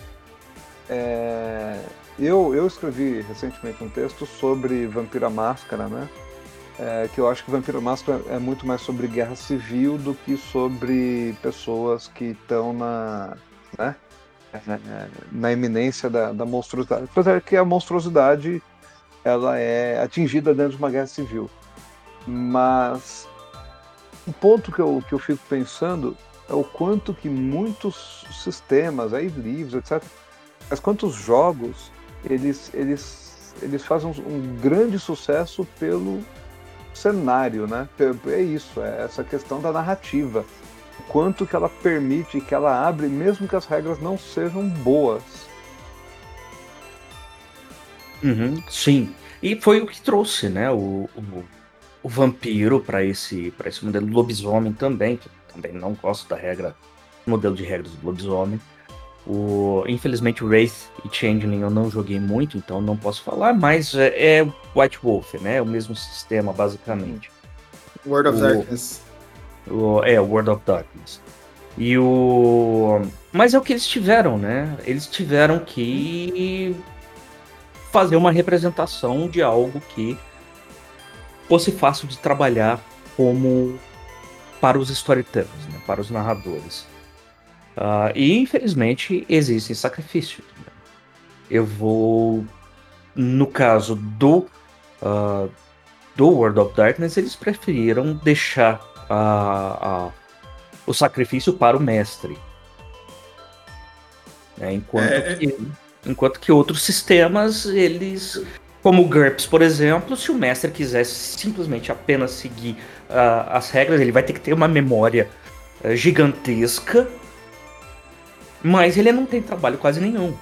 [SPEAKER 3] Eu escrevi recentemente um texto sobre Vampiro à Máscara, né? Que eu acho que Vampiro à Máscara é muito mais sobre guerra civil do que sobre pessoas que estão né, na iminência da monstruosidade. Apesar que a monstruosidade ela é atingida dentro de uma guerra civil. Mas o ponto que eu fico pensando é o quanto que muitos sistemas, aí livros, etc., mas quantos jogos eles fazem um grande sucesso pelo cenário, né? É isso, é essa questão da narrativa. O quanto que ela permite, que ela abre, mesmo que as regras não sejam boas.
[SPEAKER 1] Sim. E foi o que trouxe, né, o vampiro para esse modelo do lobisomem também, que eu também não gosto da regra, modelo de regras do lobisomem. Infelizmente o Wraith e Changeling eu não joguei muito, então não posso falar, mas é White Wolf, né? É o mesmo sistema, basicamente.
[SPEAKER 2] World of
[SPEAKER 1] O-
[SPEAKER 2] Darkness.
[SPEAKER 1] o World of Darkness. Mas é o que eles tiveram, né? Eles tiveram que fazer uma representação de algo que fosse fácil de trabalhar como para os storytellers, né? Para os narradores. E infelizmente existem sacrifícios. Eu vou, no caso do World of Darkness, eles preferiram deixar o sacrifício para o mestre, né? Enquanto que outros sistemas, eles, como o GURPS, por exemplo, se o mestre quisesse simplesmente apenas seguir as regras, ele vai ter que ter uma memória gigantesca, mas ele não tem trabalho quase nenhum.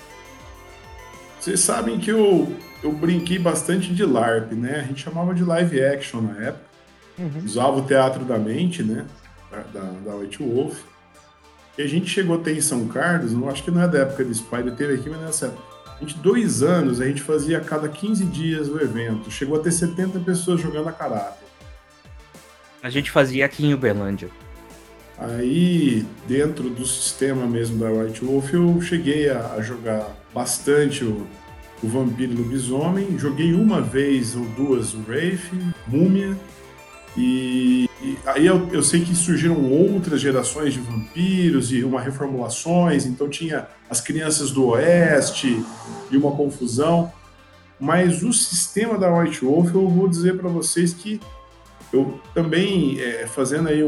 [SPEAKER 4] Vocês sabem que eu brinquei bastante de LARP, né? A gente chamava de live action na época. Usava o teatro da mente, né? Da White Wolf. E a gente chegou a ter em São Carlos, eu acho que não é da época de Spider, teve aqui, mas nessa época. A gente, 2 anos, a gente fazia a cada 15 dias o evento. Chegou a ter 70 pessoas jogando a caráter.
[SPEAKER 1] A gente fazia aqui em Uberlândia.
[SPEAKER 4] Aí, dentro do sistema mesmo da White Wolf, eu cheguei a jogar bastante o Vampiro e Lobisomem. Joguei uma vez ou duas o Wraith, Múmia. E aí eu sei que surgiram outras gerações de vampiros e uma reformulações, então tinha as crianças do Oeste e uma confusão. Mas o sistema da White Wolf, eu vou dizer para vocês que eu também, fazendo aí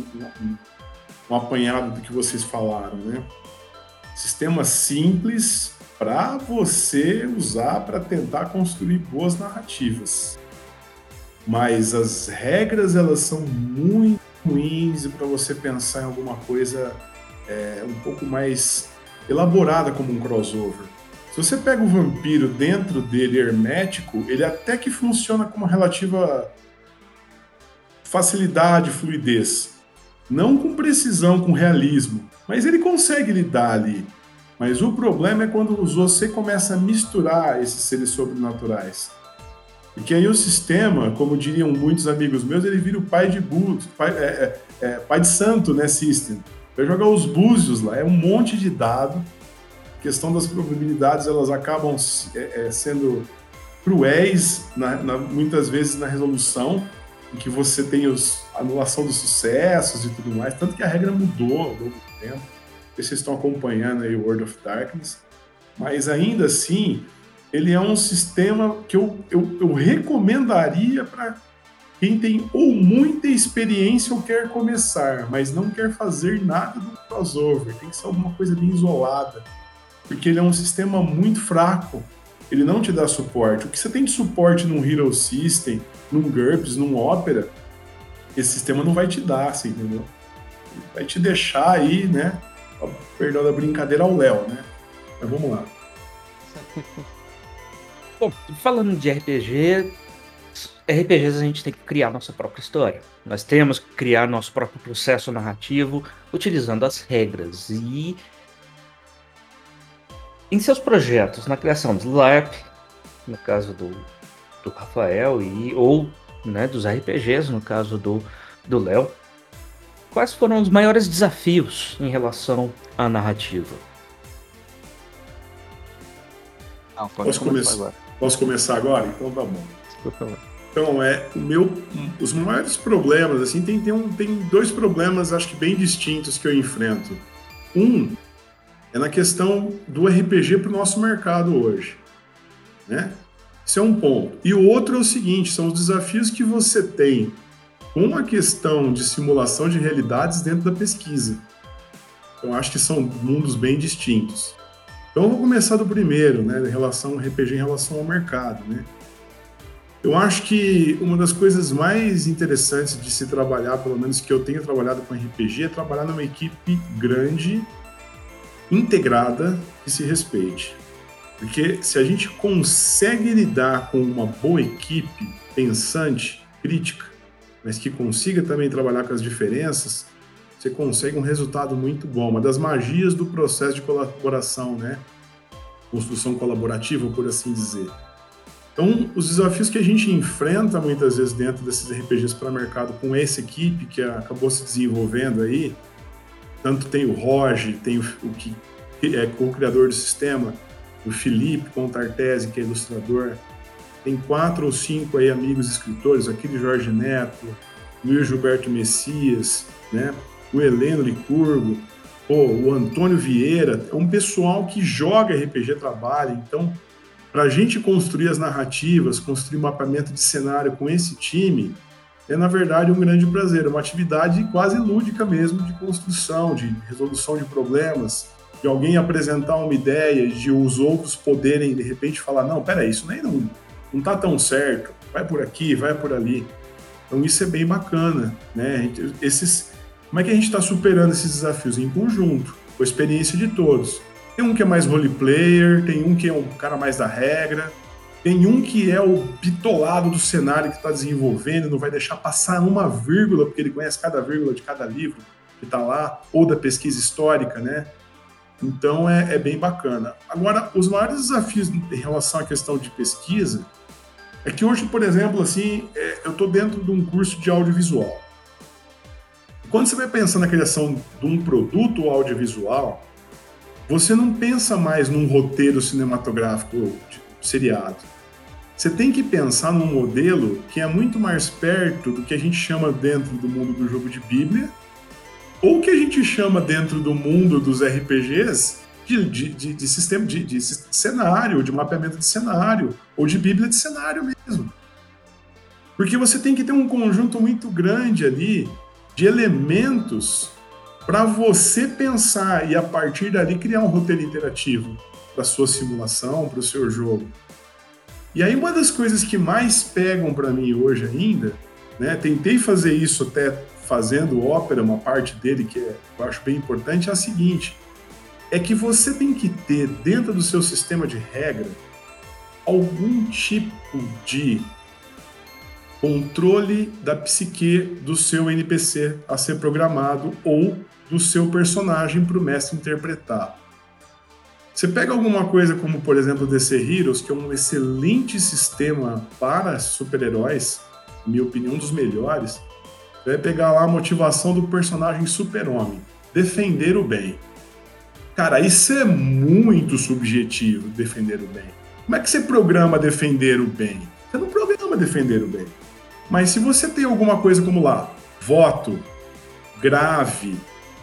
[SPEAKER 4] um apanhado do que vocês falaram, né? Sistema simples para você usar para tentar construir boas narrativas. Mas as regras, elas são muito ruins para você pensar em alguma coisa um pouco mais elaborada como um crossover. Se você pega o vampiro dentro dele hermético, ele até que funciona com uma relativa facilidade, fluidez. Não com precisão, com realismo, mas ele consegue lidar ali. Mas o problema é quando você começa a misturar esses seres sobrenaturais. Porque aí o sistema, como diriam muitos amigos meus, ele vira o pai de búzios, pai de santo, né, system. Vai jogar os búzios lá, é um monte de dado. A questão das probabilidades, elas acabam sendo cruéis, muitas vezes na resolução, em que você tem a anulação dos sucessos e tudo mais. Tanto que a regra mudou ao longo do tempo. Vocês estão acompanhando aí o World of Darkness. Mas ainda assim, ele é um sistema que eu recomendaria para quem tem ou muita experiência ou quer começar, mas não quer fazer nada do crossover. Tem que ser alguma coisa bem isolada, porque ele é um sistema muito fraco. Ele não te dá suporte. O que você tem de suporte num Hero System, num GURPS, num Opera, esse sistema não vai te dar, assim, entendeu? Ele vai te deixar aí, né? Perdão da brincadeira ao Léo, né? Mas vamos lá.
[SPEAKER 1] Bom, falando de RPGs a gente tem que criar nossa própria história. Nós temos que criar nosso próprio processo narrativo utilizando as regras. E em seus projetos, na criação do LARP, no caso do Rafael, ou né, dos RPGs, no caso do Léo, quais foram os maiores desafios em relação à narrativa?
[SPEAKER 3] Não, pode começar agora.
[SPEAKER 4] Posso começar agora? Então tá bom.
[SPEAKER 3] Por favor.
[SPEAKER 4] Então, os maiores problemas, assim, tem 2 problemas, acho que bem distintos que eu enfrento. Um é na questão do RPG para o nosso mercado hoje, né? Isso é um ponto. E o outro é o seguinte, são os desafios que você tem com a questão de simulação de realidades dentro da pesquisa. Então, acho que são mundos bem distintos. Então, eu vou começar do primeiro, né, em relação ao RPG, em relação ao mercado, né? Eu acho que uma das coisas mais interessantes de se trabalhar, pelo menos que eu tenho trabalhado com RPG, é trabalhar numa equipe grande, integrada, que se respeite. Porque se a gente consegue lidar com uma boa equipe pensante, crítica, mas que consiga também trabalhar com as diferenças, você consegue um resultado muito bom. Uma das magias do processo de colaboração, né? Construção colaborativa, por assim dizer. Então, os desafios que a gente enfrenta muitas vezes dentro desses RPGs para mercado com essa equipe que acabou se desenvolvendo aí, tanto tem o Roger, tem o que é co-criador do sistema, o Felipe Contartese, que é ilustrador, tem 4 ou 5 aí amigos escritores, aquele Jorge Neto, Luiz Gilberto Messias, né? O Heleno Licurgo, o Antônio Vieira, é um pessoal que joga RPG, trabalha, então para a gente construir as narrativas, construir mapeamento de cenário com esse time, é na verdade um grande prazer, uma atividade quase lúdica mesmo de construção, de resolução de problemas, de alguém apresentar uma ideia, de os outros poderem de repente falar, não, peraí, isso nem não tá tão certo, vai por aqui, vai por ali. Então isso é bem bacana, né? Como é que a gente está superando esses desafios? Em conjunto, com a experiência de todos. Tem um que é mais roleplayer, tem um que é um cara mais da regra, tem um que é o bitolado do cenário que está desenvolvendo, não vai deixar passar uma vírgula, porque ele conhece cada vírgula de cada livro que está lá, ou da pesquisa histórica, né? Então é bem bacana. Agora, os maiores desafios em relação à questão de pesquisa é que hoje, por exemplo, assim, eu estou dentro de um curso de audiovisual. Quando você vai pensar na criação de um produto audiovisual, você não pensa mais num roteiro cinematográfico de seriado. Você tem que pensar num modelo que é muito mais perto do que a gente chama dentro do mundo do jogo de Bíblia, ou que a gente chama dentro do mundo dos RPGs de sistema de cenário, de mapeamento de cenário, ou de Bíblia de cenário mesmo. Porque você tem que ter um conjunto muito grande ali de elementos para você pensar e, a partir dali, criar um roteiro interativo para a sua simulação, para o seu jogo. E aí, uma das coisas que mais pegam para mim hoje ainda, né, tentei fazer isso até fazendo Ópera, uma parte dele que eu acho bem importante, é a seguinte, é que você tem que ter, dentro do seu sistema de regra, algum tipo de controle da psique do seu NPC a ser programado ou do seu personagem para o mestre interpretar. Você pega alguma coisa como, por exemplo, DC Heroes, que é um excelente sistema para super-heróis, na minha opinião, um dos melhores, você vai pegar lá a motivação do personagem super-homem, defender o bem. Cara, isso é muito subjetivo, defender o bem. Como é que você programa defender o bem? Você não programa defender o bem. Mas se você tem alguma coisa como lá, voto, grave,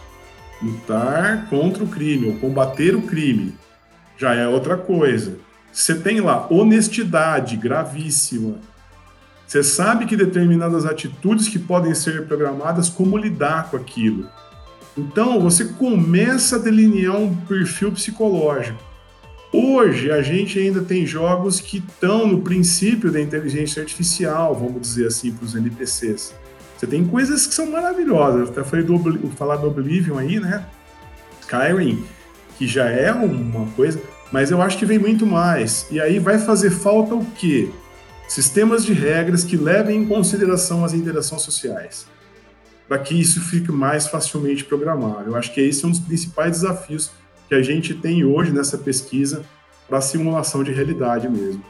[SPEAKER 4] lutar contra o crime ou combater o crime, já é outra coisa. Você tem lá honestidade gravíssima. Você sabe que determinadas atitudes que podem ser programadas, como lidar com aquilo. Então, você começa a delinear um perfil psicológico. Hoje, a gente ainda tem jogos que estão no princípio da inteligência artificial, vamos dizer assim, para os NPCs. Você tem coisas que são maravilhosas. Eu até falei falar do Oblivion aí, né? Skyrim, que já é uma coisa, mas eu acho que vem muito mais. E aí vai fazer falta o quê? Sistemas de regras que levem em consideração as interações sociais, para que isso fique mais facilmente programável. Eu acho que esse é um dos principais desafios que a gente tem hoje nessa pesquisa para a simulação de realidade mesmo.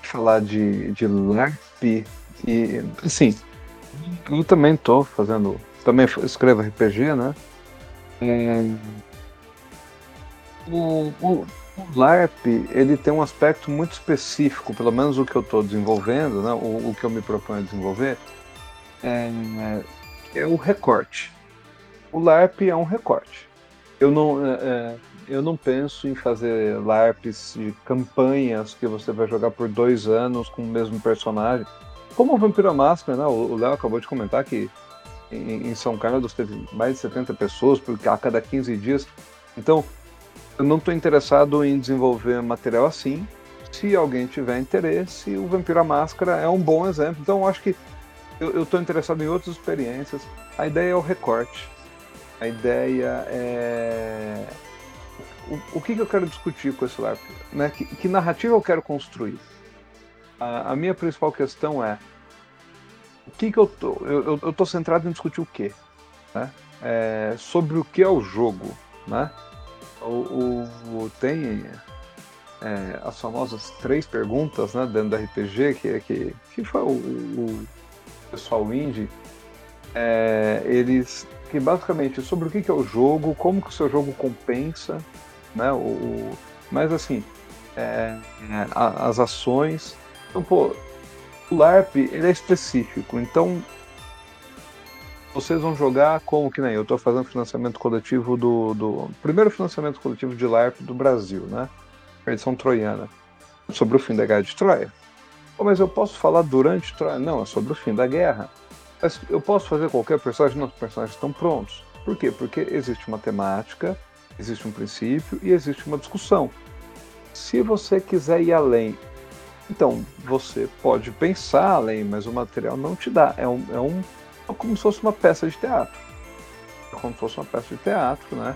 [SPEAKER 3] falar de LARP e, assim, eu também tô fazendo, também escrevo RPG, né? O LARP, ele tem um aspecto muito específico, pelo menos o que eu estou desenvolvendo, né? O que eu me proponho a desenvolver, é o recorte. O LARP é um recorte. Eu não penso em fazer LARPs de campanhas que você vai jogar por 2 anos com o mesmo personagem. Como o Vampiro à Máscara, né? O Léo acabou de comentar que em São Carlos teve mais de 70 pessoas a cada 15 dias. Então, eu não estou interessado em desenvolver material assim. Se alguém tiver interesse, o Vampiro à Máscara é um bom exemplo. Então, eu acho que eu estou interessado em outras experiências. A ideia é o recorte. A ideia é... O que eu quero discutir com esse LARP? Né? Que narrativa eu quero construir? A minha principal questão é o que eu tô... Eu tô centrado em discutir o quê? Né? Sobre o que é o jogo, né? Tem as famosas 3 perguntas, né, dentro do RPG, que foi o pessoal indie, eles que basicamente sobre o que é o jogo, como que o seu jogo compensa, né, mas assim, as ações. Então, pô, o LARP ele é específico, então vocês vão jogar como que nem eu estou fazendo financiamento coletivo do primeiro financiamento coletivo de LARP do Brasil, né? A edição troiana, sobre o fim da Guerra de Troia. Pô, mas eu posso falar durante Troia? Não, é sobre o fim da guerra. Mas eu posso fazer qualquer personagem? Não, os personagens estão prontos. Por quê? Porque existe uma temática, existe um princípio e existe uma discussão. Se você quiser ir além, então você pode pensar além, mas o material não te dá. É como se fosse uma peça de teatro. É como se fosse uma peça de teatro, né?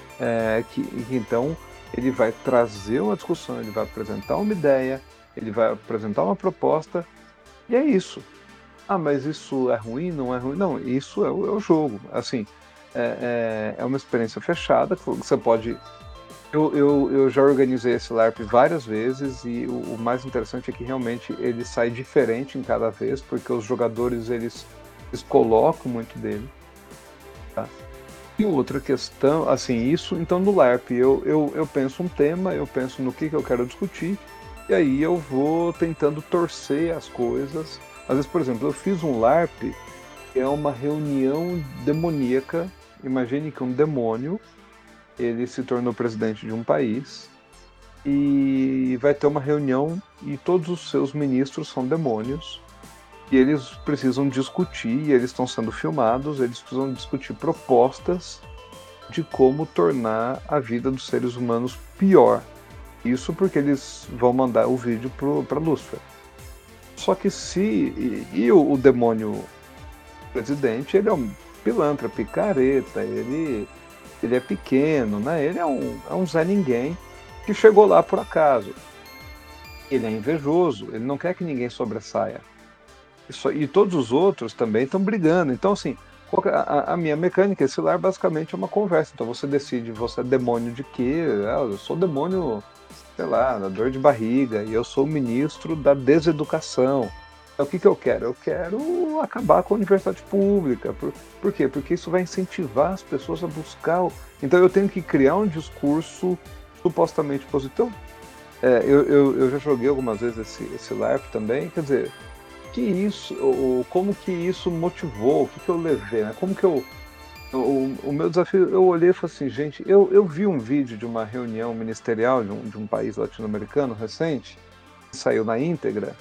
[SPEAKER 3] Então ele vai trazer uma discussão, ele vai apresentar uma ideia, ele vai apresentar uma proposta, e é isso. Ah, mas isso é ruim? Não é ruim? Não, isso é o jogo. Assim, é uma experiência fechada, que você pode... Eu já organizei esse LARP várias vezes e o mais interessante é que realmente ele sai diferente em cada vez, porque os jogadores eles colocam muito dele. Tá? E outra questão, assim, isso então no LARP eu penso um tema, eu penso no que eu quero discutir, e aí eu vou tentando torcer as coisas. Às vezes, por exemplo, eu fiz um LARP que é uma reunião demoníaca. Imagine que um demônio ele se tornou presidente de um país e vai ter uma reunião e todos os seus ministros são demônios e eles precisam discutir, e eles estão sendo filmados, eles precisam discutir propostas de como tornar a vida dos seres humanos pior. Isso porque eles vão mandar o vídeo para Lúcifer. Só que o demônio presidente, ele é um pilantra, picareta, ele é pequeno, né? Ele é um Zé Ninguém que chegou lá por acaso. Ele é invejoso, ele não quer que ninguém sobressaia. E todos os outros também estão brigando. Então, assim, a minha mecânica, esse LAR basicamente é uma conversa. Então você decide, você é demônio de quê? Eu sou demônio, sei lá, da dor de barriga, e eu sou o ministro da deseducação. Então, o que eu quero? Eu quero acabar com a universidade pública. Por quê? Porque isso vai incentivar as pessoas a buscar. Então eu tenho que criar um discurso supostamente positivo. Eu já joguei algumas vezes esse LARP também, quer dizer, como que isso motivou, o que eu levei, né? Como que o meu desafio, eu olhei e falei assim, gente, eu vi um vídeo de uma reunião ministerial de um país latino-americano recente, que saiu na íntegra,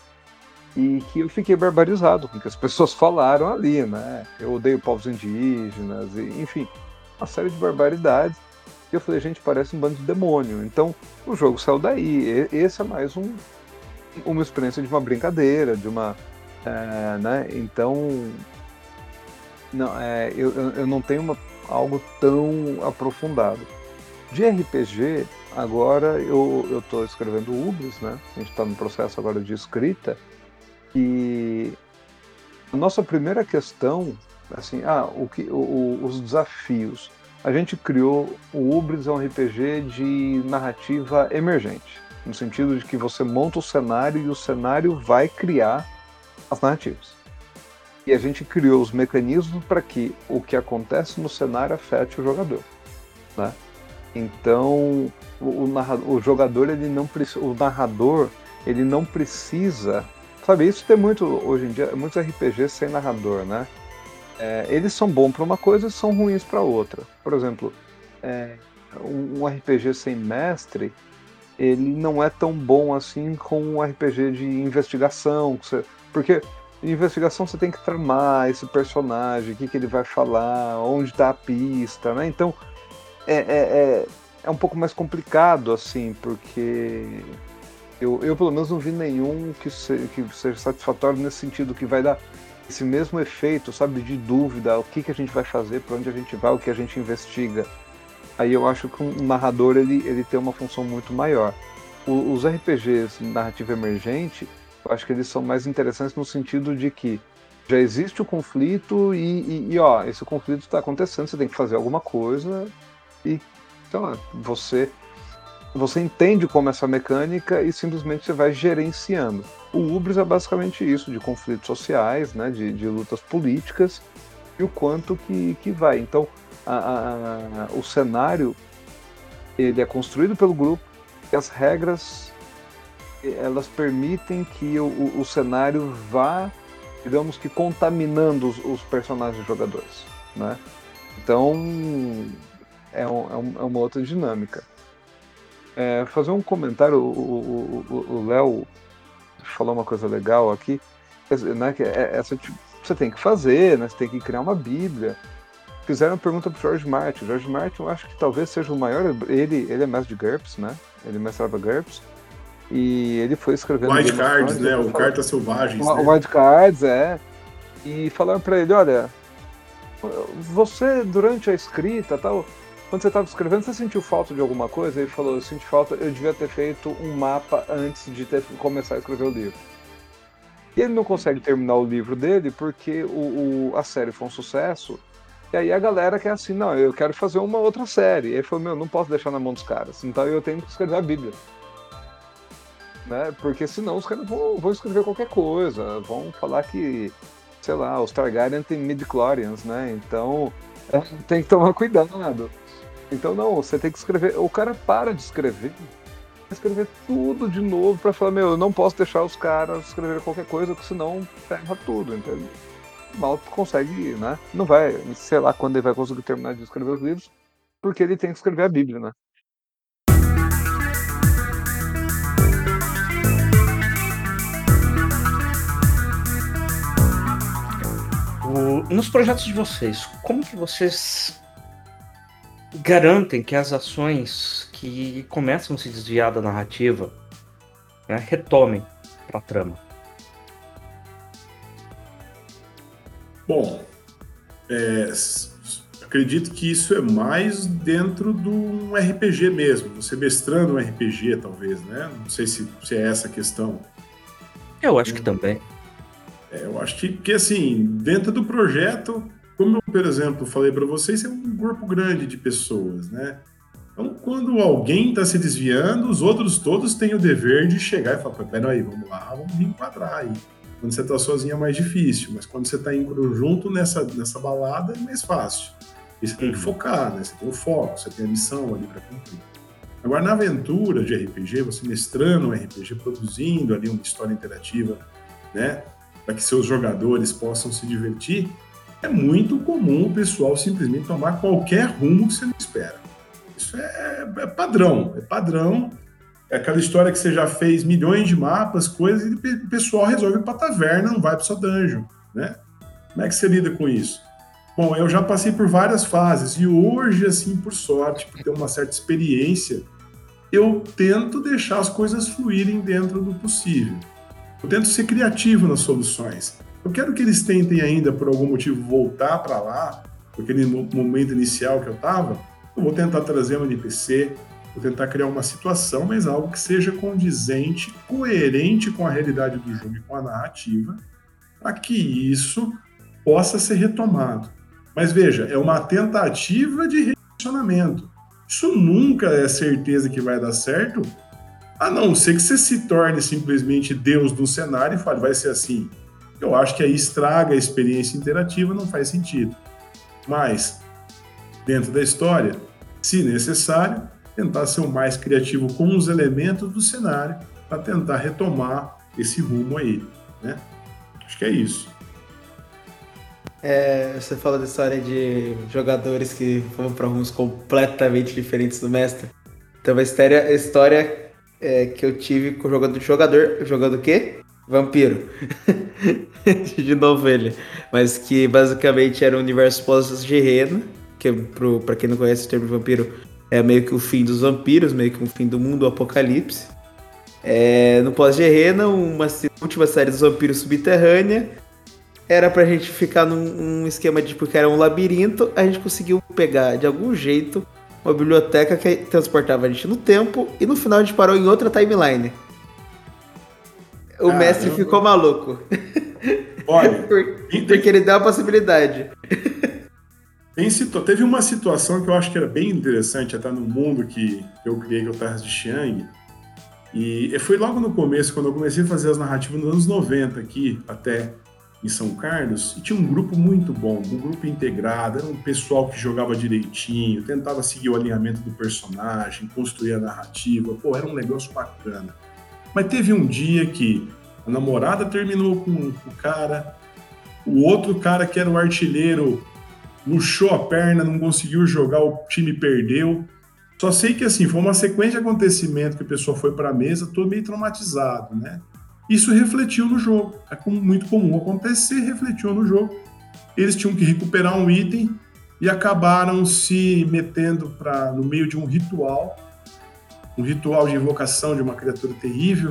[SPEAKER 3] e que eu fiquei barbarizado com o que as pessoas falaram ali, né? Eu odeio povos indígenas, enfim, uma série de barbaridades. E eu falei, gente, parece um bando de demônio. Então, o jogo saiu daí. Esse é mais uma experiência de uma brincadeira, de uma... né? Então, não, eu não tenho algo tão aprofundado. De RPG, agora eu estou escrevendo Ubris, né? A gente está no processo agora de escrita. E a nossa primeira questão, assim, os desafios. A gente criou o Ubris, é um RPG de narrativa emergente. no sentido de que você monta o cenário e o cenário vai criar as narrativas. E a gente criou os mecanismos para que o que acontece no cenário afete o jogador, né? Então, o jogador, o narrador, ele não precisa... Sabe, isso tem muito, hoje em dia, muitos RPGs sem narrador, né? Eles são bons para uma coisa e são ruins para outra. Por exemplo, um RPG sem mestre, ele não é tão bom assim como um RPG de investigação, porque em investigação você tem que tramar esse personagem, o que ele vai falar, onde está a pista, né? Então, é um pouco mais complicado, assim, porque eu pelo menos não vi nenhum que seja satisfatório nesse sentido, que vai dar esse mesmo efeito, sabe, de dúvida, o que a gente vai fazer, para onde a gente vai, o que a gente investiga. Aí eu acho que um narrador, ele tem uma função muito maior. Os RPGs narrativa emergente, eu acho que eles são mais interessantes no sentido de que já existe o conflito e esse conflito está acontecendo, você tem que fazer alguma coisa e, sei lá, você entende como essa mecânica e simplesmente você vai gerenciando. O Ubris é basicamente isso, de conflitos sociais, né, de lutas políticas e o quanto que vai. Então, o cenário, ele é construído pelo grupo e as regras, elas permitem que o cenário vá, digamos que, contaminando os personagens jogadores, né? Então, é uma outra dinâmica. Fazer um comentário, o Léo falou uma coisa legal aqui, né, que você tem que fazer, né, você tem que criar uma bíblia. Fizeram uma pergunta pro George Martin. George Martin, eu acho que talvez seja o maior, ele é mestre de GURPS, né, ele mestrava GURPS, e ele foi escrevendo...
[SPEAKER 4] Wild Cards, né, o Cartas Selvagens, né?
[SPEAKER 3] Wild Cards, e falaram pra ele, olha, você, durante a escrita, tal, quando você estava escrevendo, você sentiu falta de alguma coisa? Ele falou, eu senti falta, eu devia ter feito um mapa antes de começar a escrever o livro. E ele não consegue terminar o livro dele porque a série foi um sucesso, e aí a galera quer assim, não, eu quero fazer uma outra série. E ele falou, não posso deixar na mão dos caras, então eu tenho que escrever a Bíblia. Né? Porque senão os caras vão escrever qualquer coisa, vão falar que, sei lá, os Targaryen têm midi-chlorians, né? Então tem que tomar cuidado. Então não, você tem que escrever. O cara para de escrever tudo de novo pra falar, eu não posso deixar os caras escrever qualquer coisa, porque senão ferra tudo, entendeu? Mal consegue, né? Não vai, sei lá quando ele vai conseguir terminar de escrever os livros, porque ele tem que escrever a Bíblia, né?
[SPEAKER 1] Nos projetos de vocês, como que vocês garantem que as ações que começam a se desviar da narrativa, né, retomem para a trama?
[SPEAKER 4] Bom, acredito que isso é mais dentro de um RPG mesmo, você mestrando um RPG, talvez, né? Não sei se é essa a questão.
[SPEAKER 1] Eu acho que também.
[SPEAKER 4] Eu acho que assim, dentro do projeto, como eu, por exemplo, falei para vocês, é um grupo grande de pessoas, né? Então, quando alguém está se desviando, os outros todos têm o dever de chegar e falar, peraí, vamos lá, vamos me enquadrar aí. Quando você está sozinho é mais difícil, mas quando você está em conjunto nessa balada é mais fácil. E você tem que focar, né? Você tem o foco, você tem a missão ali para cumprir. Agora, na aventura de RPG, você mestrando um RPG, produzindo ali uma história interativa, né? Para que seus jogadores possam se divertir, é muito comum o pessoal simplesmente tomar qualquer rumo que você não espera. Isso é padrão, é aquela história que você já fez milhões de mapas, coisas, e o pessoal resolve ir para a taverna, não vai para sua dungeon, né? Como é que você lida com isso? Bom, eu já passei por várias fases, e hoje, assim, por sorte, por ter uma certa experiência, eu tento deixar as coisas fluírem dentro do possível. Eu tento ser criativo nas soluções. Eu quero que eles tentem ainda, por algum motivo, voltar para lá, aquele momento inicial que eu estava. Eu vou tentar trazer um NPC, vou tentar criar uma situação, mas algo que seja condizente, coerente com a realidade do jogo e com a narrativa, para que isso possa ser retomado. Mas veja, é uma tentativa de redirecionamento. Isso nunca é certeza que vai dar certo, A não ser que você se torne simplesmente Deus do cenário e fale, vai ser assim. Eu acho que aí estraga a experiência interativa, não faz sentido. Mas, dentro da história, se necessário, tentar ser o mais criativo com os elementos do cenário para tentar retomar esse rumo aí, né? Acho que é isso.
[SPEAKER 2] Você fala da história de jogadores que vão para rumos completamente diferentes do mestre. Então, a história que eu tive com o jogador jogando o quê? Vampiro. De novo ele. Mas que basicamente era um universo pós-Gerena, que pra quem não conhece o termo vampiro, é meio que o fim dos vampiros, meio que o fim do mundo, o apocalipse. No pós-Gerena, uma última série dos vampiros subterrânea, era pra gente ficar num esquema de, porque era um labirinto, a gente conseguiu pegar de algum jeito uma biblioteca que transportava a gente no tempo, e no final a gente parou em outra timeline. O mestre ficou maluco.
[SPEAKER 4] Olha,
[SPEAKER 2] porque ele deu a possibilidade.
[SPEAKER 4] Teve uma situação que eu acho que era bem interessante, até no mundo que eu criei, que é o Terras de Xiang. E foi logo no começo, quando eu comecei a fazer as narrativas nos anos 90 aqui, até em São Carlos, e tinha um grupo muito bom, um grupo integrado, era um pessoal que jogava direitinho, tentava seguir o alinhamento do personagem, construir a narrativa, era um negócio bacana. Mas teve um dia que a namorada terminou com o cara, o outro cara que era o artilheiro luxou a perna, não conseguiu jogar, o time perdeu. Só sei que assim, foi uma sequência de acontecimentos que o pessoal foi para a mesa, todo meio traumatizado, né? Isso refletiu no jogo. É muito comum acontecer, refletiu no jogo. Eles tinham que recuperar um item e acabaram se metendo no meio de um ritual de invocação de uma criatura terrível,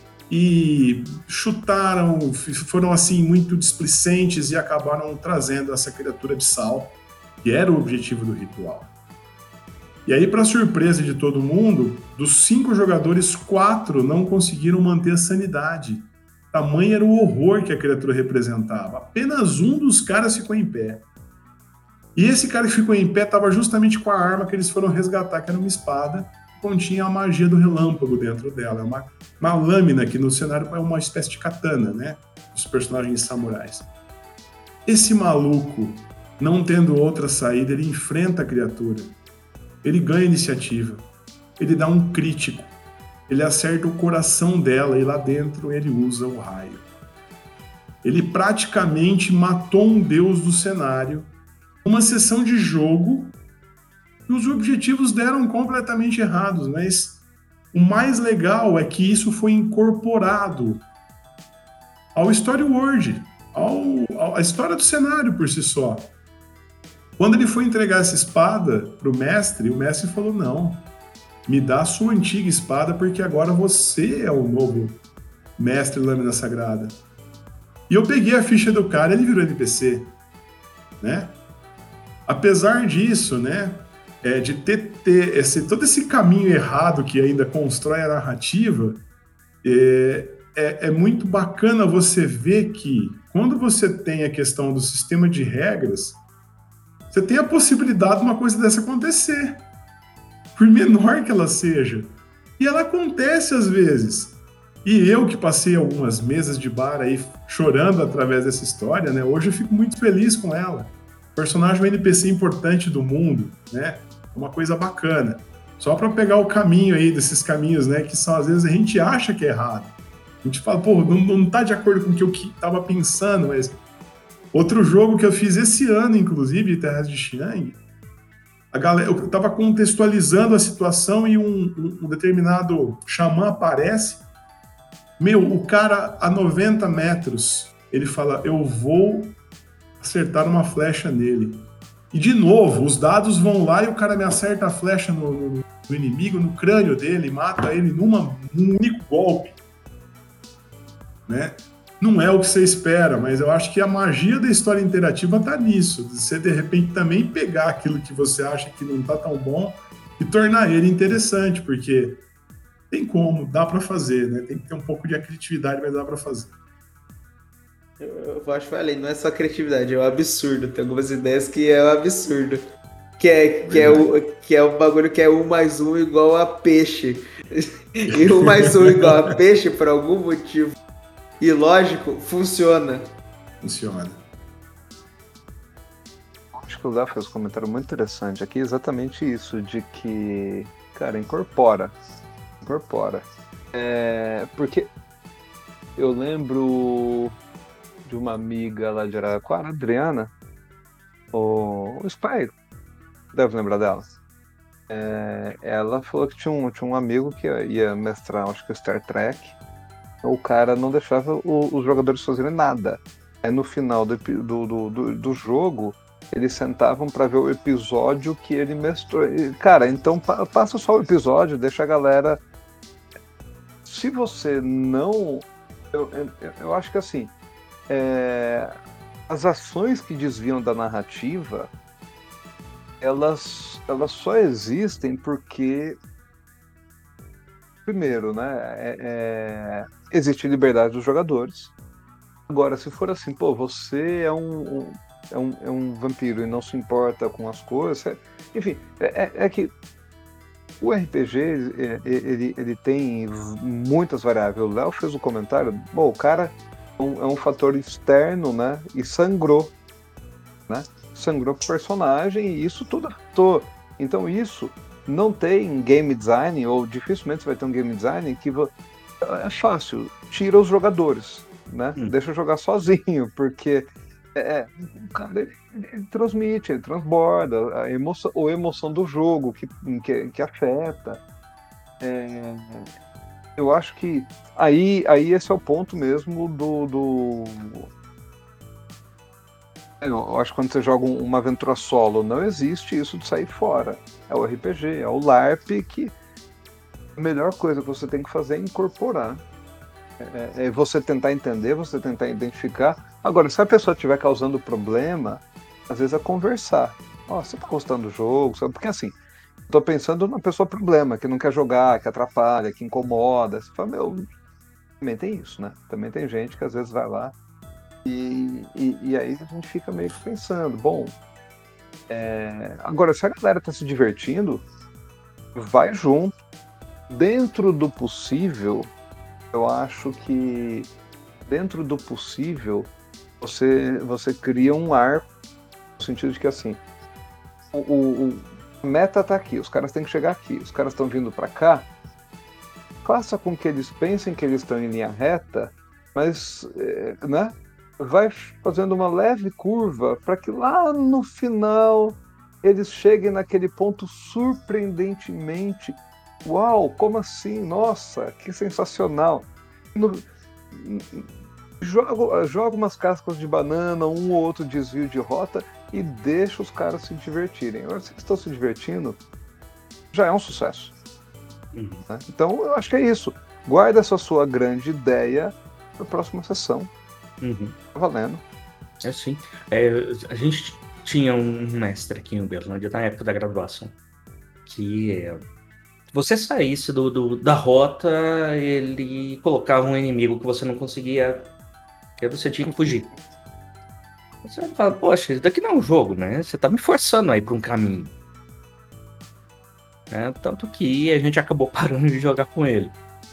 [SPEAKER 4] e chutaram, foram assim muito displicentes e acabaram trazendo essa criatura de sal, que era o objetivo do ritual. E aí, para surpresa de todo mundo, dos 5 jogadores, 4 não conseguiram manter a sanidade. Tamanho era o horror que a criatura representava. Apenas um dos caras ficou em pé. E esse cara que ficou em pé estava justamente com a arma que eles foram resgatar, que era uma espada, que continha a magia do relâmpago dentro dela. É uma lâmina que no cenário é uma espécie de katana, né? Dos personagens samurais. Esse maluco, não tendo outra saída, ele enfrenta a criatura. Ele ganha iniciativa. Ele dá um crítico. Ele acerta o coração dela e lá dentro ele usa o raio. Ele praticamente matou um deus do cenário. Uma sessão de jogo e os objetivos deram completamente errados, mas o mais legal é que isso foi incorporado ao Storyboard, à história do cenário por si só. Quando ele foi entregar essa espada pro mestre, o mestre falou, não, me dá a sua antiga espada porque agora você é o novo mestre Lâmina Sagrada. E eu peguei a ficha do cara e ele virou NPC, né? Apesar disso, né, de ter todo esse caminho errado que ainda constrói a narrativa, é muito bacana você ver que quando você tem a questão do sistema de regras, você tem a possibilidade de uma coisa dessa acontecer, por menor que ela seja. E ela acontece às vezes. E eu que passei algumas mesas de bar aí chorando através dessa história, né, hoje eu fico muito feliz com ela. Personagem um NPC importante do mundo, né? Uma coisa bacana. Só para pegar o caminho aí, desses caminhos, né? Que são, às vezes, a gente acha que é errado. A gente fala, não tá de acordo com o que eu tava pensando, mas... Outro jogo que eu fiz esse ano, inclusive, Terras de Xiang, eu tava contextualizando a situação e um determinado xamã aparece. O cara a 90 metros, ele fala, eu vou acertar uma flecha nele. E de novo, os dados vão lá e o cara me acerta a flecha no inimigo, no crânio dele, mata ele num único golpe. Né? Não é o que você espera, mas eu acho que a magia da história interativa tá nisso. De você, de repente, também pegar aquilo que você acha que não tá tão bom e tornar ele interessante, porque tem como, dá para fazer, né? Tem que ter um pouco de criatividade, mas dá para fazer.
[SPEAKER 2] Eu acho que falei, não é só criatividade, é um absurdo. Tem algumas ideias que é um absurdo. Que é o bagulho que é 1 mais 1 igual a peixe. E 1 mais 1 igual a peixe, por algum motivo ilógico, funciona.
[SPEAKER 4] Funciona.
[SPEAKER 3] Acho que o Léo fez um comentário muito interessante aqui, exatamente isso, de que, cara, incorpora. Porque eu lembro de uma amiga lá de Araraquara, a Adriana, o Spy, deve lembrar dela. Ela falou que tinha um amigo que ia mestrar, acho que Star Trek. O cara não deixava os jogadores fazerem nada. Aí no final do jogo, eles sentavam para ver o episódio que ele mestrou. Cara, então passa só o episódio, deixa a galera. Se você não. Eu acho que assim. As ações que desviam da narrativa, elas só existem porque. Primeiro, né? Existe liberdade dos jogadores. Agora, se for assim, pô, você é um vampiro e não se importa com as coisas, enfim, é que o RPG ele tem muitas variáveis. O Léo fez o comentário, bom, o cara é um fator externo, né? E sangrou, né? Sangrou pro personagem e isso tudo afetou. Então isso não tem game design, ou dificilmente você vai ter um game design que é fácil, tira os jogadores, né? Deixa eu jogar sozinho, porque o cara ele transmite, ele transborda a emoção do jogo que afeta. Eu acho que aí esse é o ponto mesmo do. Eu acho que quando você joga uma aventura solo, não existe isso de sair fora. É o RPG, é o LARP que a melhor coisa que você tem que fazer é incorporar. É você tentar entender, você tentar identificar. Agora, se a pessoa estiver causando problema, às vezes é conversar. Você tá gostando do jogo? Sabe? Porque assim, eu tô pensando na pessoa problema, que não quer jogar, que atrapalha, que incomoda. Você fala, também tem isso, né? Também tem gente que às vezes vai lá e aí a gente fica meio que pensando, bom, agora, se a galera tá se divertindo, vai junto. Dentro do possível, eu acho que dentro do possível você cria um ar no sentido de que assim a meta tá aqui, os caras têm que chegar aqui, os caras estão vindo para cá, faça com que eles pensem que eles estão em linha reta, mas né, vai fazendo uma leve curva para que lá no final eles cheguem naquele ponto surpreendentemente. Uau, como assim? Nossa, que sensacional! Joga umas cascas de banana, um ou outro desvio de rota e deixa os caras se divertirem. Agora, se eles estão se divertindo, já é um sucesso. Né? Então, eu acho que é isso. Guarda essa sua grande ideia para a próxima sessão. Tá valendo.
[SPEAKER 1] Sim. A gente tinha um mestre aqui em Uberlândia, na época da graduação, que você saísse da rota, ele colocava um inimigo que você não conseguia, que aí você tinha que fugir. Você fala, poxa, isso daqui não é um jogo, né? Você tá me forçando aí pra um caminho. Tanto que a gente acabou parando de jogar com ele.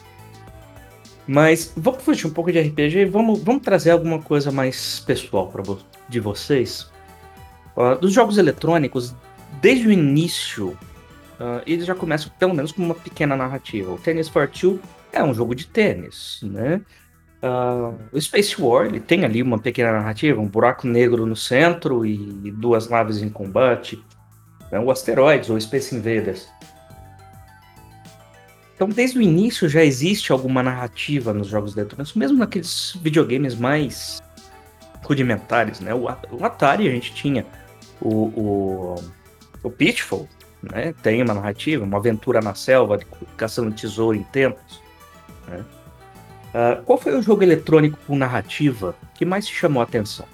[SPEAKER 1] Mas vamos fugir um pouco de RPG e vamos trazer alguma coisa mais pessoal de vocês. Dos jogos eletrônicos, desde o início, eles já começam pelo menos com uma pequena narrativa. O Tennis for Two é um jogo de tênis, né? O Space War, ele tem ali uma pequena narrativa, um buraco negro no centro e 2 naves em combate. O Asteroids ou Space Invaders. Então, desde o início já existe alguma narrativa nos jogos eletrônicos, mesmo naqueles videogames mais rudimentares, né? O Atari, a gente tinha o Pitfall, né? Tem uma narrativa, uma aventura na selva, caçando tesouro em tempos, né? Qual foi o jogo eletrônico com narrativa que mais te chamou a atenção?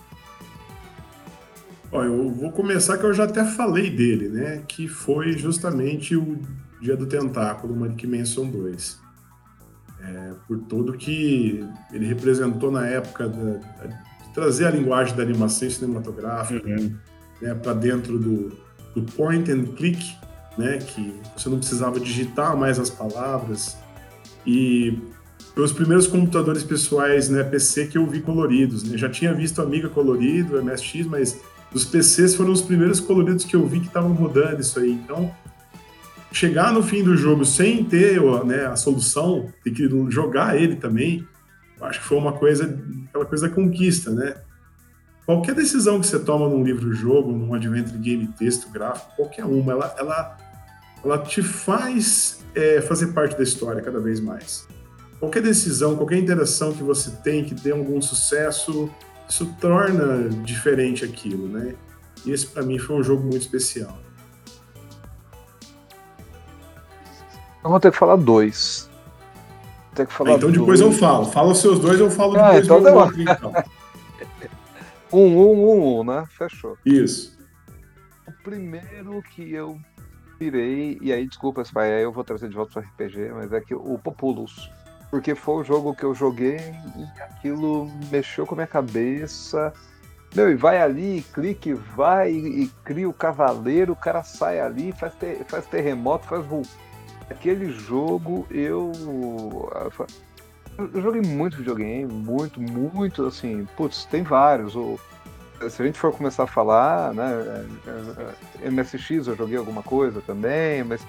[SPEAKER 4] Eu vou começar que eu já até falei dele, né? Que foi justamente o Dia do Tentáculo, Manic Mansion 2. Por tudo que ele representou na época de trazer a linguagem da animação cinematográfica, né, para dentro do point and click, né, que você não precisava digitar mais as palavras, e os primeiros computadores pessoais, né, PC que eu vi coloridos, né, já tinha visto Amiga colorido, MSX, mas os PCs foram os primeiros coloridos que eu vi que estavam rodando isso aí. Então, chegar no fim do jogo sem ter, né, a solução, ter que jogar ele também, eu acho que foi aquela coisa da conquista, né? Qualquer decisão que você toma num livro-jogo, num adventure game, texto, gráfico, qualquer uma, ela te faz fazer parte da história cada vez mais. Qualquer decisão, qualquer interação que você tem, que dê algum sucesso, isso torna diferente aquilo, né? E esse, para mim, foi um jogo muito especial.
[SPEAKER 3] Eu vou ter que falar 2. Tem que falar
[SPEAKER 4] então depois eu falo. Fala os seus 2, eu falo depois
[SPEAKER 3] então
[SPEAKER 4] do
[SPEAKER 3] tá bom.
[SPEAKER 4] outro, então.
[SPEAKER 3] 1, né? Fechou.
[SPEAKER 4] Isso.
[SPEAKER 3] O primeiro que eu virei, e aí desculpa, Spy, aí eu vou trazer de volta pro RPG, mas é que o Populous. Porque foi o jogo que eu joguei e aquilo mexeu com a minha cabeça. Meu, e vai ali, clique, vai e cria o cavaleiro, o cara sai ali, faz terremoto, faz vulcão. Aquele jogo eu joguei muito videogame, muito, assim, putz, tem vários. Se a gente for começar a falar, né, MSX eu joguei alguma coisa também, mas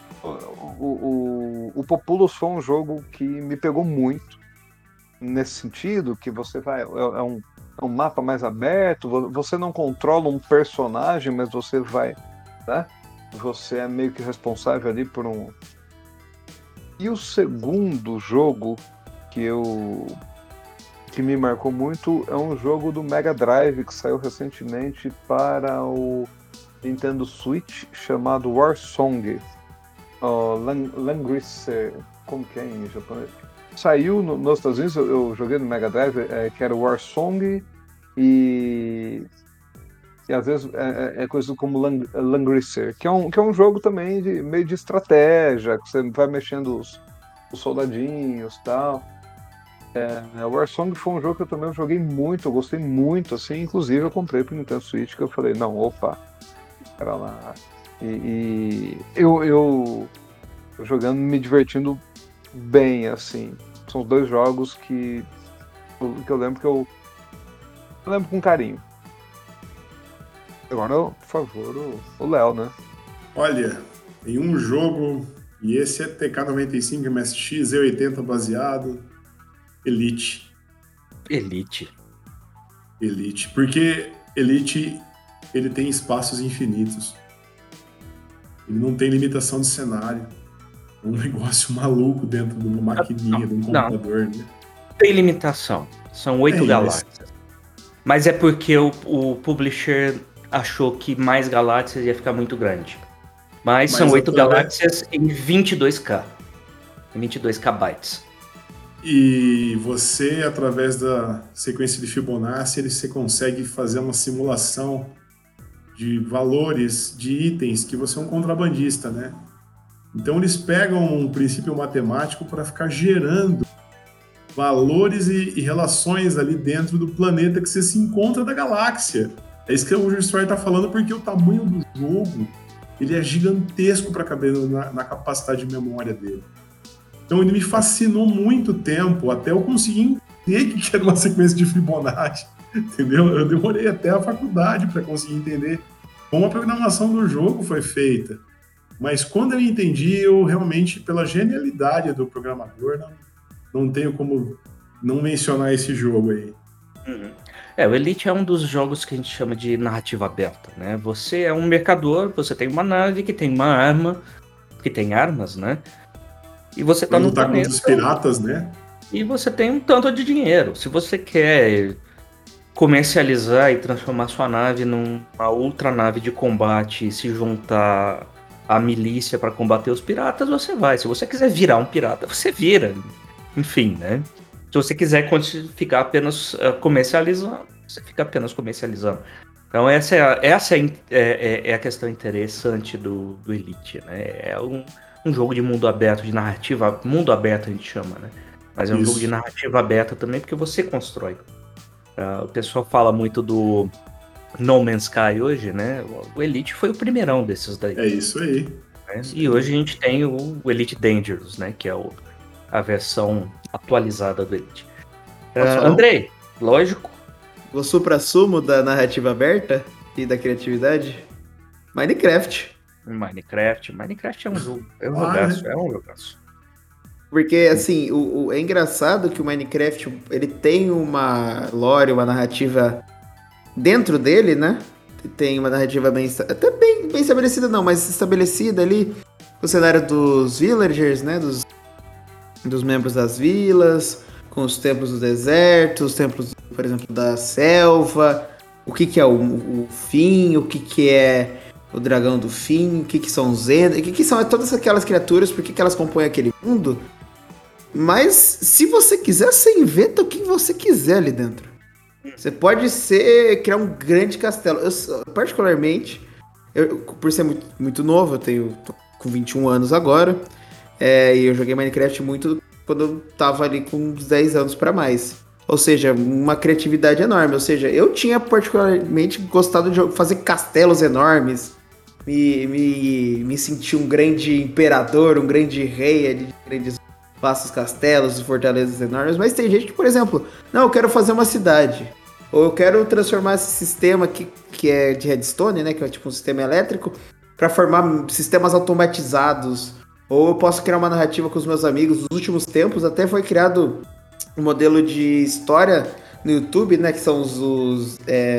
[SPEAKER 3] o Populous foi um jogo que me pegou muito nesse sentido, que você vai, é um mapa mais aberto, você não controla um personagem, mas você vai, né, você é meio que responsável ali por um... E o segundo jogo que me marcou muito é um jogo do Mega Drive que saiu recentemente para o Nintendo Switch, chamado Warsong. Langrisser, como que é em japonês? Saiu nos Estados Unidos, eu joguei no Mega Drive, que era o Warsong, e às vezes é conhecido como Langrisser, que é um jogo também meio de estratégia, que você vai mexendo os soldadinhos e tal. O Warsong foi um jogo que eu também joguei muito, eu gostei muito, assim, inclusive eu comprei pro Nintendo Switch, que eu falei, não, opa, era lá. E eu jogando, me divertindo bem, assim. São os 2 jogos que eu lembro eu lembro com carinho. Agora, por favor, o Léo, né?
[SPEAKER 4] Olha, tem um jogo, e esse é TK95 MSX, E80 baseado, Elite. Porque Elite, ele tem espaços infinitos. Ele não tem limitação de cenário. É um negócio maluco dentro de uma maquininha, de um computador, né?
[SPEAKER 1] Tem limitação. São 8 galáxias. Mas é porque o publisher achou que mais galáxias ia ficar muito grande. Mas são 8 galáxias em 22K. Em 22K bytes.
[SPEAKER 4] E você, através da sequência de Fibonacci, você consegue fazer uma simulação de valores, de itens, que você é um contrabandista, né? Então eles pegam um princípio matemático para ficar gerando valores e relações ali dentro do planeta que você se encontra da galáxia. É isso que o Justroy está falando, porque o tamanho do jogo ele é gigantesco para caber na capacidade de memória dele. Então ele me fascinou muito tempo, até eu conseguir entender que era uma sequência de Fibonacci, entendeu? Eu demorei até a faculdade para conseguir entender como a programação do jogo foi feita. Mas quando eu entendi, eu realmente, pela genialidade do programador, não tenho como não mencionar esse jogo aí.
[SPEAKER 1] Uhum. O Elite é um dos jogos que a gente chama de narrativa aberta, né? Você é um mercador, você tem uma nave que tem uma arma, que tem armas, né? E você tá
[SPEAKER 4] Pra
[SPEAKER 1] no
[SPEAKER 4] lutar
[SPEAKER 1] planeta,
[SPEAKER 4] contra os piratas, né?
[SPEAKER 1] E você tem um tanto de dinheiro. Se você quer comercializar e transformar sua nave numa outra nave de combate e se juntar à milícia para combater os piratas, você vai. Se você quiser virar um pirata, você vira. Enfim, né? Se você quiser ficar apenas comercializando, você fica apenas comercializando. Então essa é a questão interessante do Elite, né? É um jogo de mundo aberto, de narrativa, mundo aberto a gente chama, né? Mas é um jogo de narrativa aberta também, porque você constrói. O pessoal fala muito No Man's Sky hoje, né? O Elite foi o primeirão desses daí.
[SPEAKER 4] É isso aí.
[SPEAKER 1] Né? E hoje a gente tem o Elite Dangerous, né? Que é a versão atualizada do Elite.
[SPEAKER 2] Posso falar
[SPEAKER 1] Andrei, lógico.
[SPEAKER 2] O supra-sumo da narrativa aberta e da criatividade? Minecraft.
[SPEAKER 1] Minecraft é um jogo. É um
[SPEAKER 4] Ah,
[SPEAKER 1] jogaço. É um jogaço.
[SPEAKER 2] Porque, assim, é engraçado que o Minecraft, ele tem uma lore, uma narrativa dentro dele, né? Tem uma narrativa até bem estabelecida não, mas estabelecida ali, o cenário dos villagers, né? Dos membros das vilas, com os templos do deserto, os templos, por exemplo, da selva, o que é o fim, o que é o dragão do fim, o que são os Ender, o que são todas aquelas criaturas, por que elas compõem aquele mundo. Mas se você quiser, você inventa o que você quiser ali dentro. Você pode criar um grande castelo. Particularmente, por ser muito novo, tô com 21 anos agora, e eu joguei Minecraft muito quando eu tava ali com uns 10 anos para mais. Ou seja, uma criatividade enorme. Ou seja, eu tinha particularmente gostado de fazer castelos enormes, me sentir um grande imperador, um grande rei de grandes vastos castelos e fortalezas enormes. Mas tem gente que, por exemplo, não, eu quero fazer uma cidade. Ou eu quero transformar esse sistema que é de redstone, né? Que é tipo um sistema elétrico, para formar sistemas automatizados. Ou eu posso criar uma narrativa com os meus amigos. Nos últimos tempos até foi criado um modelo de história no YouTube, né? Que são os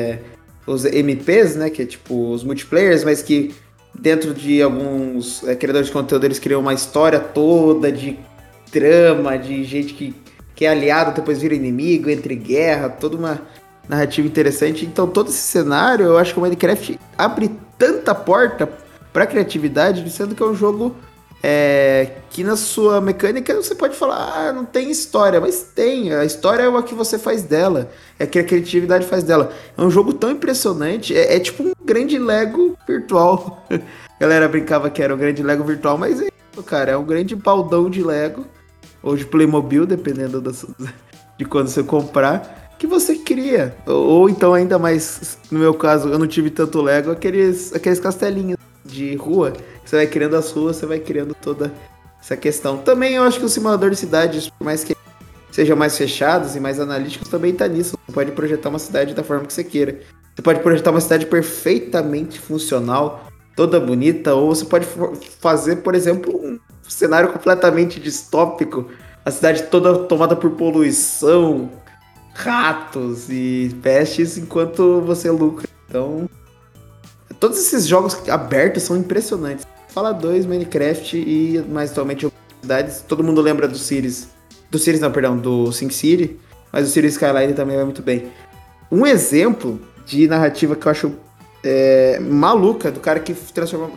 [SPEAKER 2] MPs, né? Que é tipo os multiplayers, mas que dentro de alguns criadores de conteúdo eles criam uma história toda de drama, de gente que é aliado, depois vira inimigo, entre guerra, toda uma narrativa interessante. Então todo esse cenário, eu acho que o Minecraft abre tanta porta para criatividade, sendo que é um jogo que na sua mecânica você pode falar, não tem história, mas tem, a história é o que você faz dela, é o que a criatividade faz dela. É um jogo tão impressionante, é tipo um grande Lego virtual. A galera brincava que era um grande Lego virtual, mas cara, é um grande baldão de Lego, ou de Playmobil, dependendo de quando você comprar, que você cria. Ou então, ainda mais, no meu caso, eu não tive tanto Lego, aqueles castelinhos de rua. Você vai criando as ruas, você vai criando toda essa questão. Também eu acho que o simulador de cidades, por mais que sejam mais fechados e mais analíticos, também tá nisso. Você pode projetar uma cidade da forma que você queira. Você pode projetar uma cidade perfeitamente funcional, toda bonita, ou você pode fazer, por exemplo, um cenário completamente distópico, a cidade toda tomada por poluição, ratos e pestes, enquanto você lucra. Então, todos esses jogos abertos são impressionantes. Fala 2, Minecraft e mais atualmente cidades. Todo mundo lembra do Cities. Do Cities não, perdão, do SimCity. Mas o Cities Skyline também vai muito bem. Um exemplo de narrativa que eu acho maluca, do cara que transformou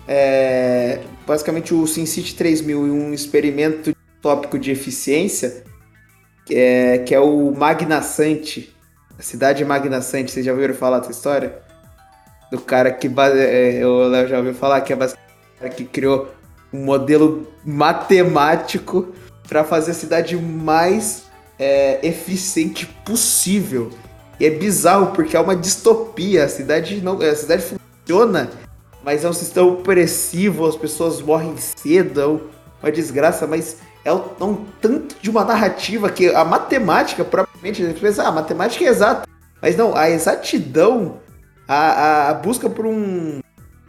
[SPEAKER 2] basicamente o SimCity 3000 em um experimento tópico de eficiência, que é o Magnaçante. A cidade Magnaçante. Vocês já ouviram falar dessa história? Do cara que o Léo já ouviu falar, que é basicamente o cara que criou um modelo matemático para fazer a cidade mais eficiente possível. E é bizarro porque é uma distopia. A cidade funciona, mas é um sistema opressivo, as pessoas morrem cedo, é uma desgraça, mas é um tanto de uma narrativa que a matemática, propriamente, a gente pensa, a matemática é exata, mas não, a exatidão, a busca por um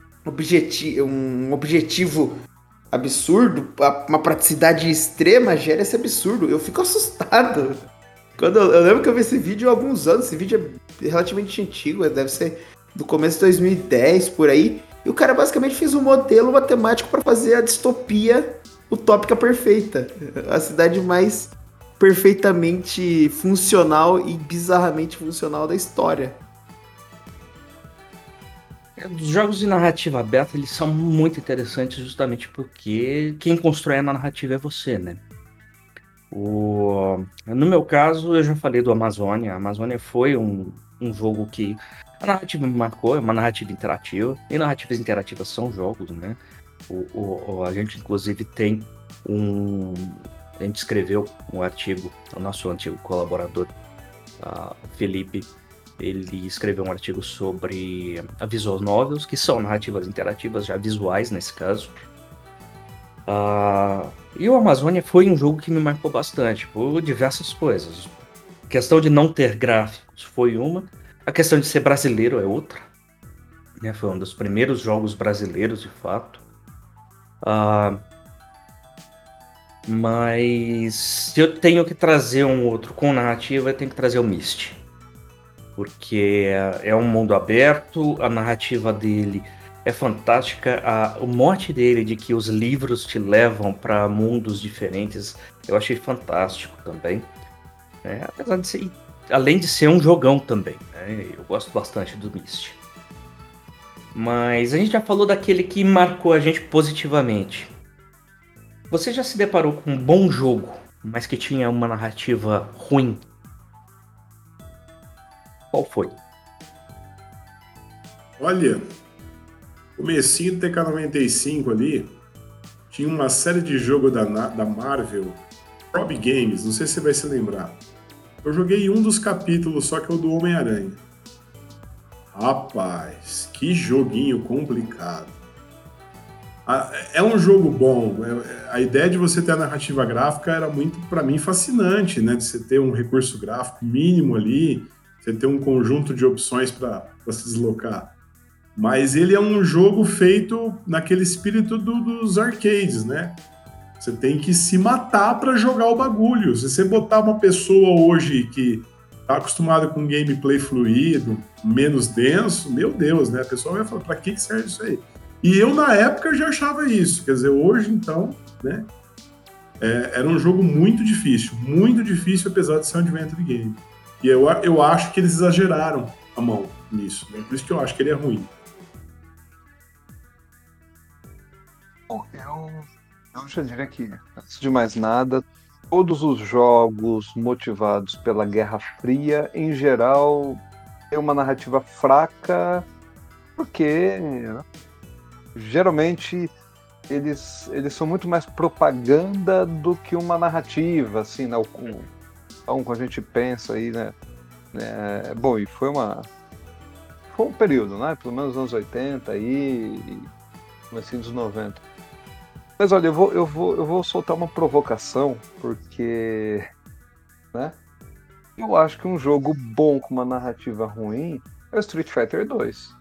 [SPEAKER 2] objetivo absurdo, uma praticidade extrema gera esse absurdo. Eu fico assustado. Eu lembro que eu vi esse vídeo há alguns anos, esse vídeo é relativamente antigo, deve ser do começo de 2010, por aí, e o cara basicamente fez um modelo matemático para fazer a distopia utópica perfeita, a cidade mais perfeitamente funcional e bizarramente funcional da história.
[SPEAKER 1] Os jogos de narrativa aberta, eles são muito interessantes justamente porque quem constrói a narrativa é você, né? No meu caso, eu já falei do Amazônia. A Amazônia foi um jogo que a narrativa me marcou, é uma narrativa interativa. E narrativas interativas são jogos, né? A gente, inclusive, tem a gente escreveu um artigo, o nosso antigo colaborador, Felipe, Ele escreveu um artigo sobre a visual novels, que são narrativas interativas já visuais nesse caso. E o Amazônia foi um jogo que me marcou bastante por diversas coisas. A questão de não ter gráficos foi uma, a questão de ser brasileiro é outra, né? Foi um dos primeiros jogos brasileiros de fato. Mas se eu tenho que trazer um outro com narrativa, eu tenho que trazer o Myst. Porque é um mundo aberto, a narrativa dele é fantástica, o mote dele de que os livros te levam para mundos diferentes, eu achei fantástico também. Apesar de ser, além de ser um jogão também, né? Eu gosto bastante do Myst. Mas a gente já falou daquele que marcou a gente positivamente. Você já se deparou com um bom jogo, mas que tinha uma narrativa ruim? Qual foi?
[SPEAKER 4] Olha, comecinho do TK95 ali, tinha uma série de jogos da Marvel, Rob Games, não sei se você vai se lembrar. Eu joguei um dos capítulos, só que é o do Homem-Aranha. Rapaz, que joguinho complicado. É um jogo bom. A ideia de você ter a narrativa gráfica era muito, para mim, fascinante, né? De você ter um recurso gráfico mínimo ali, você ter um conjunto de opções para se deslocar. Mas ele é um jogo feito naquele espírito dos arcades, né? Você tem que se matar para jogar o bagulho. Se você botar uma pessoa hoje que tá acostumada com gameplay fluido, menos denso, meu Deus, né? A pessoa vai falar, para que serve isso aí? E eu, na época, já achava isso. Quer dizer, hoje, então, né? Era um jogo muito difícil, apesar de ser um adventure game. E eu acho que eles exageraram a mão nisso, né? Por isso que eu acho que ele é ruim.
[SPEAKER 3] Bom, eu já diria que, antes de mais nada, todos os jogos motivados pela Guerra Fria, em geral, têm uma narrativa fraca, porque geralmente eles são muito mais propaganda do que uma narrativa, assim, né? Então, quando a gente pensa aí, né? Bom, e foi um período, né? Pelo menos nos anos 80 e comecinho dos 90. Mas olha, eu vou soltar uma provocação, porque, né? Eu acho que um jogo bom com uma narrativa ruim é o Street Fighter 2.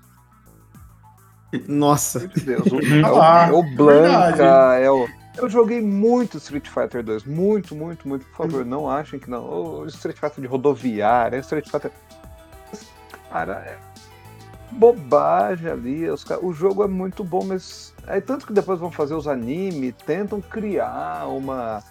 [SPEAKER 2] Nossa.
[SPEAKER 3] Meu Deus, é o Blanca, Eu joguei muito Street Fighter 2, muito, por favor, não achem que não. O Street Fighter de rodoviária, Street Fighter... Cara, bobagem ali, o jogo é muito bom, mas é tanto que depois vão fazer os animes, tentam criar uma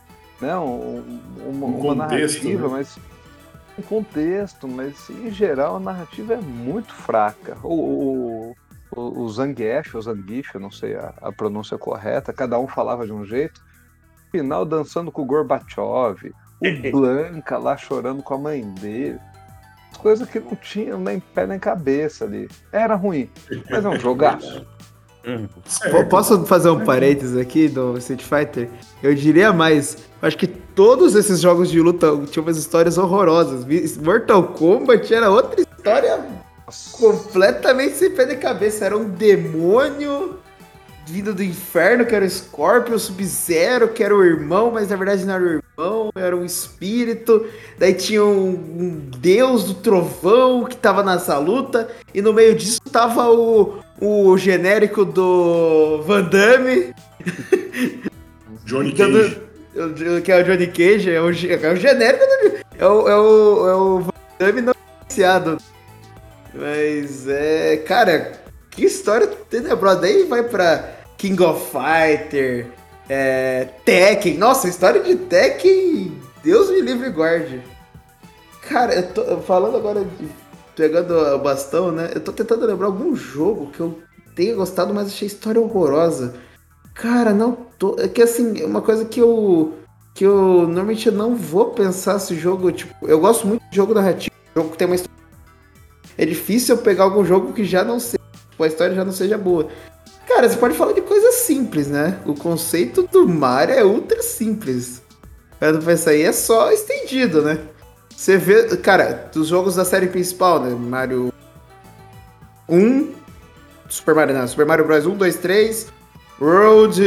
[SPEAKER 3] narrativa, né? Mas um contexto, mas em geral a narrativa é muito fraca. O Zangief, ou Zangief, eu não sei a pronúncia correta, cada um falava de um jeito. No final, dançando com o Gorbachev, o Blanca lá chorando com a mãe dele. Coisas que não tinham nem pé nem cabeça ali. Era ruim, mas é um jogaço.
[SPEAKER 2] Posso fazer um parênteses aqui do Street Fighter? Eu diria mais. Acho que todos esses jogos de luta tinham umas histórias horrorosas. Mortal Kombat era outra história completamente sem pé nem cabeça. Era um demônio vindo do inferno, que era o Scorpion, o Sub-Zero, que era o irmão, mas na verdade não era o irmão, era um espírito. Daí tinha um deus do trovão que tava nessa luta, e no meio disso tava o genérico do Van Damme.
[SPEAKER 4] Johnny Cage.
[SPEAKER 2] Que é o Johnny Cage, é o genérico do... É o Van Damme não iniciado. Mas cara, que história tenebrosa. Daí vai pra King of Fighter, Tekken. Nossa, a história de Tekken, Deus me livre e guarde. Cara, eu tô falando agora, pegando o bastão, né? Eu tô tentando lembrar algum jogo que eu tenha gostado, mas achei a história horrorosa. Cara, não tô... É que assim, é uma coisa que eu normalmente eu não vou pensar se jogo, tipo... Eu gosto muito de jogo narrativo, jogo que tem uma história. É difícil eu pegar algum jogo que já não seja, tipo, a história já não seja boa. Cara, você pode falar de coisas simples, né? O conceito do Mario é ultra simples. Para pensar aí, é só estendido, né? Você vê, cara, dos jogos da série principal, né? Mario 1, Super Mario Bros. 1, 2, 3, World,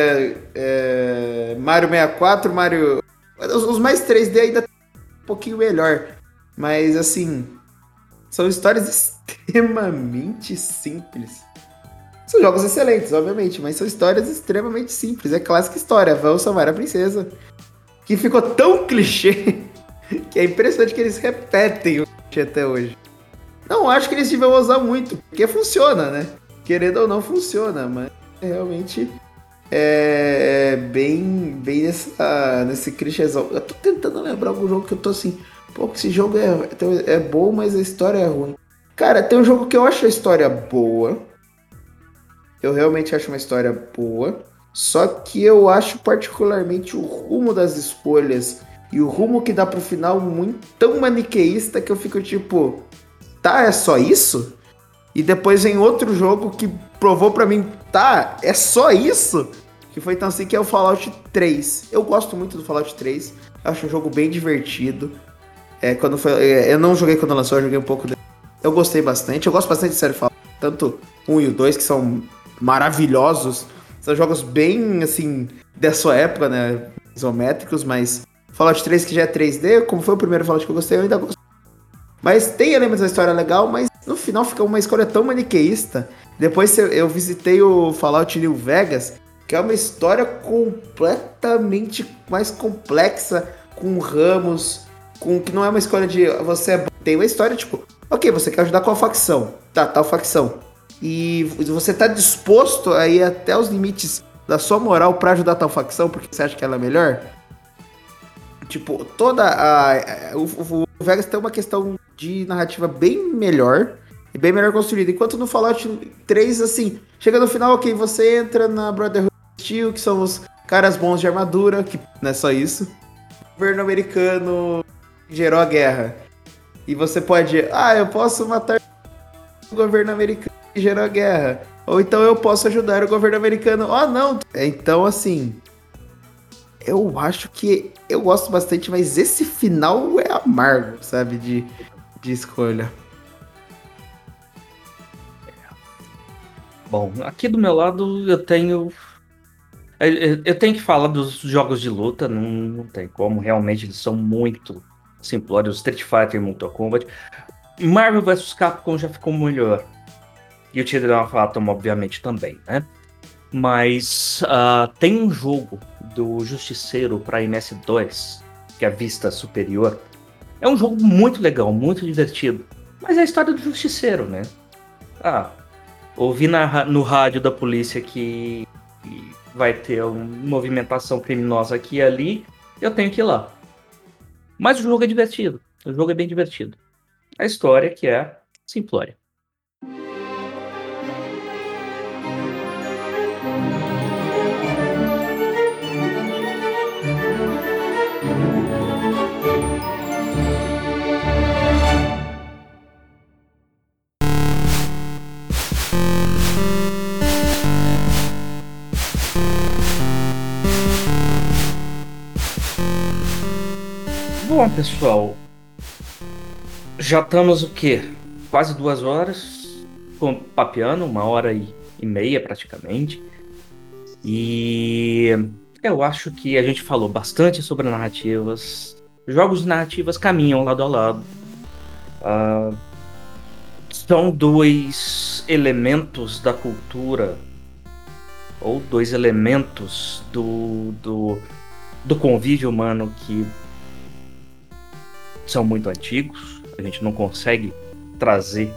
[SPEAKER 2] Mario 64, Mario. Os mais 3D ainda tá um pouquinho melhor. Mas assim, são histórias extremamente simples. São jogos excelentes, obviamente, mas são histórias extremamente simples. É clássica história, vamos salvar a princesa. Que ficou tão clichê que é impressionante que eles repetem o clichê até hoje. Não acho que eles deviam usar muito, porque funciona, né? Querendo ou não, funciona, mas realmente é bem nesse clichêzão. Eu tô tentando lembrar algum jogo que eu tô assim, pô, esse jogo é bom, mas a história é ruim. Cara, tem um jogo que eu acho a história boa. Eu realmente acho uma história boa. Só que eu acho particularmente o rumo das escolhas e o rumo que dá pro final muito tão maniqueísta que eu fico tipo, tá, é só isso? E depois vem outro jogo que provou pra mim, tá, é só isso? Que foi tão assim que é o Fallout 3. Eu gosto muito do Fallout 3. Acho um jogo bem divertido. Eu não joguei quando lançou, eu joguei um pouco. Eu gostei bastante. Eu gosto bastante de série Fallout. Tanto o 1 e o 2, que são maravilhosos. São jogos bem, assim, da sua época, né? Isométricos, mas Fallout 3, que já é 3D, como foi o primeiro Fallout que eu gostei, eu ainda gosto. Mas tem elementos da história legal, mas no final fica uma escolha tão maniqueísta. Depois eu visitei o Fallout New Vegas, que é uma história completamente mais complexa, com ramos, com que não é uma escolha de você é bom. Tem uma história tipo, ok, você quer ajudar qual facção? Tá, tal facção. E você tá disposto a ir até os limites da sua moral pra ajudar tal facção, porque você acha que ela é melhor? Tipo, o Vegas tem uma questão de narrativa bem melhor e bem melhor construída. Enquanto no Fallout 3, assim, chega no final, ok, você entra na Brotherhood Steel, que são os caras bons de armadura, que não é só isso. O governo americano gerou a guerra. E você pode, eu posso matar o governo americano que gerou a guerra. Ou então eu posso ajudar o governo americano. Não. Então, assim, eu acho que eu gosto bastante, mas esse final é amargo, sabe? De escolha.
[SPEAKER 1] Bom, aqui do meu lado eu tenho. Eu tenho que falar dos jogos de luta, não tem como, realmente eles são muito simplórios. Street Fighter e Mortal Kombat. Marvel vs Capcom já ficou melhor. E o Children of Atom, obviamente, também, né? Mas tem um jogo do Justiceiro para MS2, que é a Vista Superior. É um jogo muito legal, muito divertido. Mas é a história do Justiceiro, né? Ouvi no rádio da polícia que vai ter uma movimentação criminosa aqui e ali, eu tenho que ir lá. Mas o jogo é divertido. O jogo é bem divertido. A história que é simplória. Bom, pessoal, já estamos o quê? Quase 2 horas papeando, 1h30 praticamente. E eu acho que a gente falou bastante sobre narrativas. Jogos de narrativas caminham lado a lado. São 2 elementos da cultura, ou 2 elementos do convívio humano que são muito antigos. A gente não consegue trazer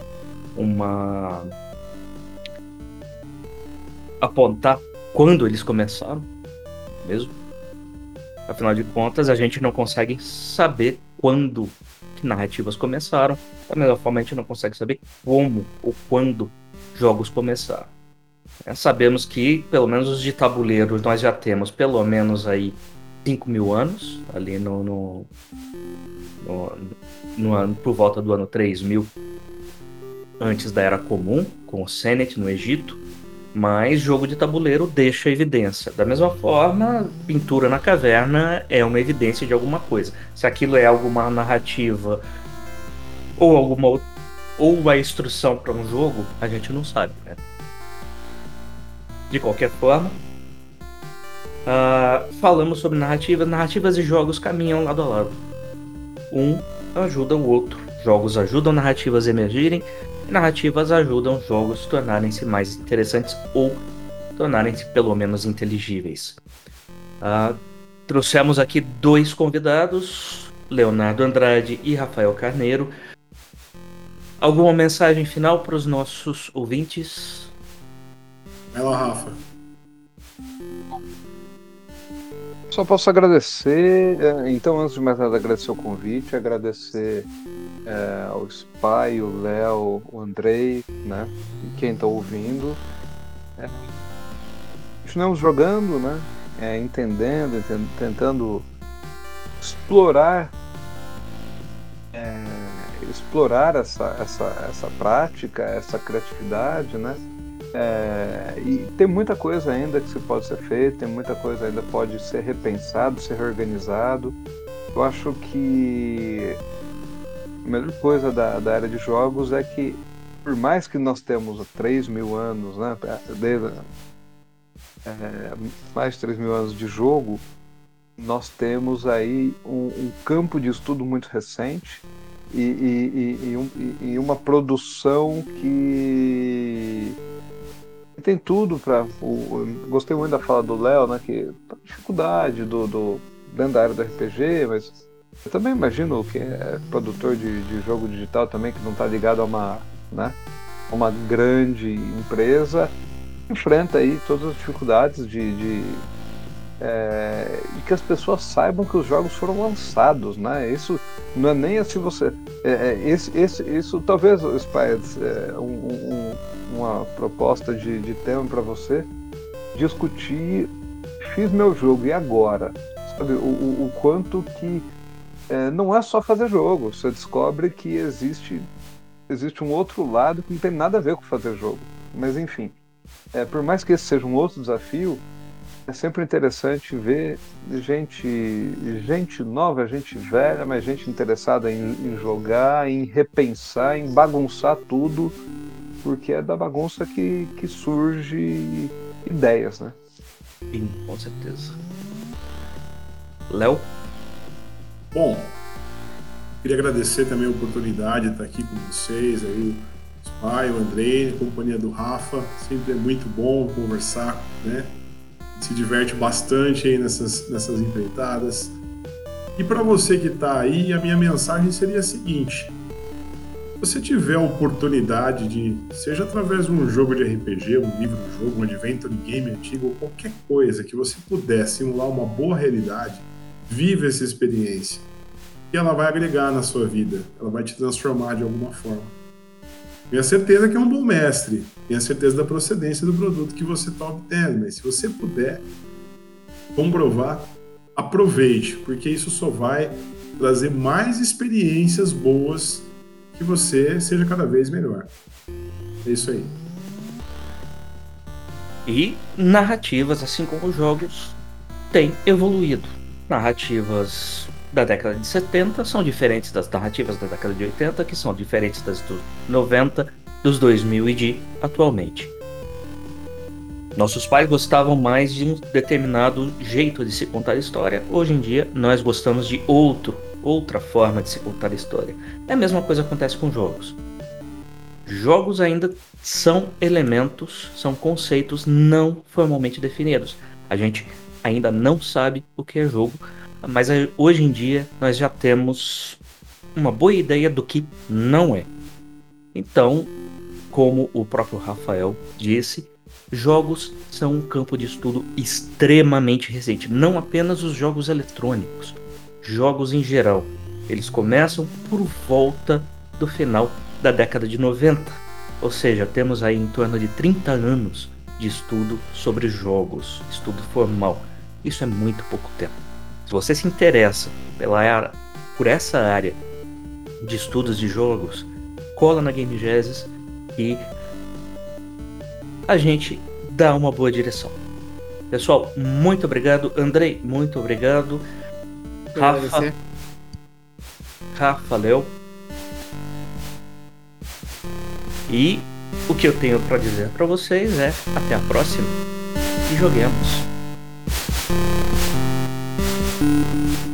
[SPEAKER 1] apontar quando eles começaram mesmo. Afinal de contas, a gente não consegue saber quando que narrativas começaram. Da mesma forma, a gente não consegue saber como ou quando jogos começaram. Sabemos que, pelo menos os de tabuleiro, nós já temos pelo menos aí 5.000 anos, ali por volta do ano 3000, antes da Era Comum, com o Senet no Egito. Mas jogo de tabuleiro deixa evidência. Da mesma forma, pintura na caverna é uma evidência de alguma coisa. Se aquilo é alguma narrativa ou ou uma instrução para um jogo, a gente não sabe, né? De qualquer forma, falamos sobre narrativas. Narrativas e jogos caminham lado a lado. Um ajuda o outro. Jogos ajudam narrativas a emergirem. Narrativas ajudam jogos a tornarem-se mais interessantes ou tornarem-se pelo menos inteligíveis. Trouxemos aqui 2 convidados, Leonardo Andrade e Rafael Carneiro. Alguma mensagem final para os nossos ouvintes?
[SPEAKER 4] Vai lá, Rafa.
[SPEAKER 3] Só posso agradecer. Então, antes de mais nada, agradecer o convite, agradecer ao Spy, o Léo, o Andrei, né? E quem está ouvindo. Continuamos jogando, né? Entendendo, tentando explorar essa prática, essa criatividade, né? E tem muita coisa ainda que pode ser feita, tem muita coisa ainda que pode ser repensado, ser reorganizado. Eu acho que a melhor coisa da área de jogos é que, por mais que nós temos 3.000 anos, né, mais de 3.000 anos de jogo, nós temos aí um campo de estudo muito recente e uma produção que tem tudo para. Gostei muito da fala do Léo, né, que a dificuldade dentro da área do RPG, mas eu também imagino que é produtor de jogo digital também, que não está ligado a uma grande empresa, enfrenta aí todas as dificuldades de que as pessoas saibam que os jogos foram lançados, né? Isso não é nem assim você. Isso talvez, Spies, uma proposta de tema para você discutir. Fiz meu jogo, e agora? Sabe, o quanto que não é só fazer jogo, você descobre que existe um outro lado que não tem nada a ver com fazer jogo. Mas enfim, por mais que esse seja um outro desafio, é sempre interessante ver gente nova, gente velha, mas gente interessada em jogar, em repensar, em bagunçar tudo, porque é da bagunça que surge ideias, né?
[SPEAKER 1] Sim, com certeza. Léo?
[SPEAKER 4] Bom, queria agradecer também a oportunidade de estar aqui com vocês, aí, o Spy, o Andrei, a companhia do Rafa. Sempre é muito bom conversar, né? Se diverte bastante aí nessas empreitadas. E para você que está aí, a minha mensagem seria a seguinte: se você tiver a oportunidade de, seja através de um jogo de RPG, um livro de jogo, um adventure game antigo, ou qualquer coisa que você puder simular uma boa realidade, viva essa experiência. E ela vai agregar na sua vida, ela vai te transformar de alguma forma. Tenha certeza que é um bom mestre, tenha certeza da procedência do produto que você está obtendo, mas se você puder comprovar, aproveite, porque isso só vai trazer mais experiências boas, que você seja cada vez melhor. É isso aí.
[SPEAKER 1] E narrativas, assim como os jogos, têm evoluído. Narrativas da década de 70 são diferentes das narrativas da década de 80, que são diferentes das dos 90, dos 2000 e de atualmente. Nossos pais gostavam mais de um determinado jeito de se contar história. Hoje em dia, nós gostamos de outra forma de se contar história. É a mesma coisa que acontece com jogos. Jogos ainda são elementos, são conceitos não formalmente definidos. A gente ainda não sabe o que é jogo, mas hoje em dia nós já temos uma boa ideia do que não é. Então, como o próprio Rafael disse, jogos são um campo de estudo extremamente recente. Não apenas os jogos eletrônicos, jogos em geral. Eles começam por volta do final da década de 90. Ou seja, temos aí em torno de 30 anos de estudo sobre jogos, estudo formal. Isso é muito pouco tempo. Se você se interessa por essa área de estudos de jogos, cola na Game Genesis e a gente dá uma boa direção. Pessoal, muito obrigado. Andrei, muito obrigado. Rafa, Léo. E o que eu tenho para dizer para vocês é até a próxima e joguemos.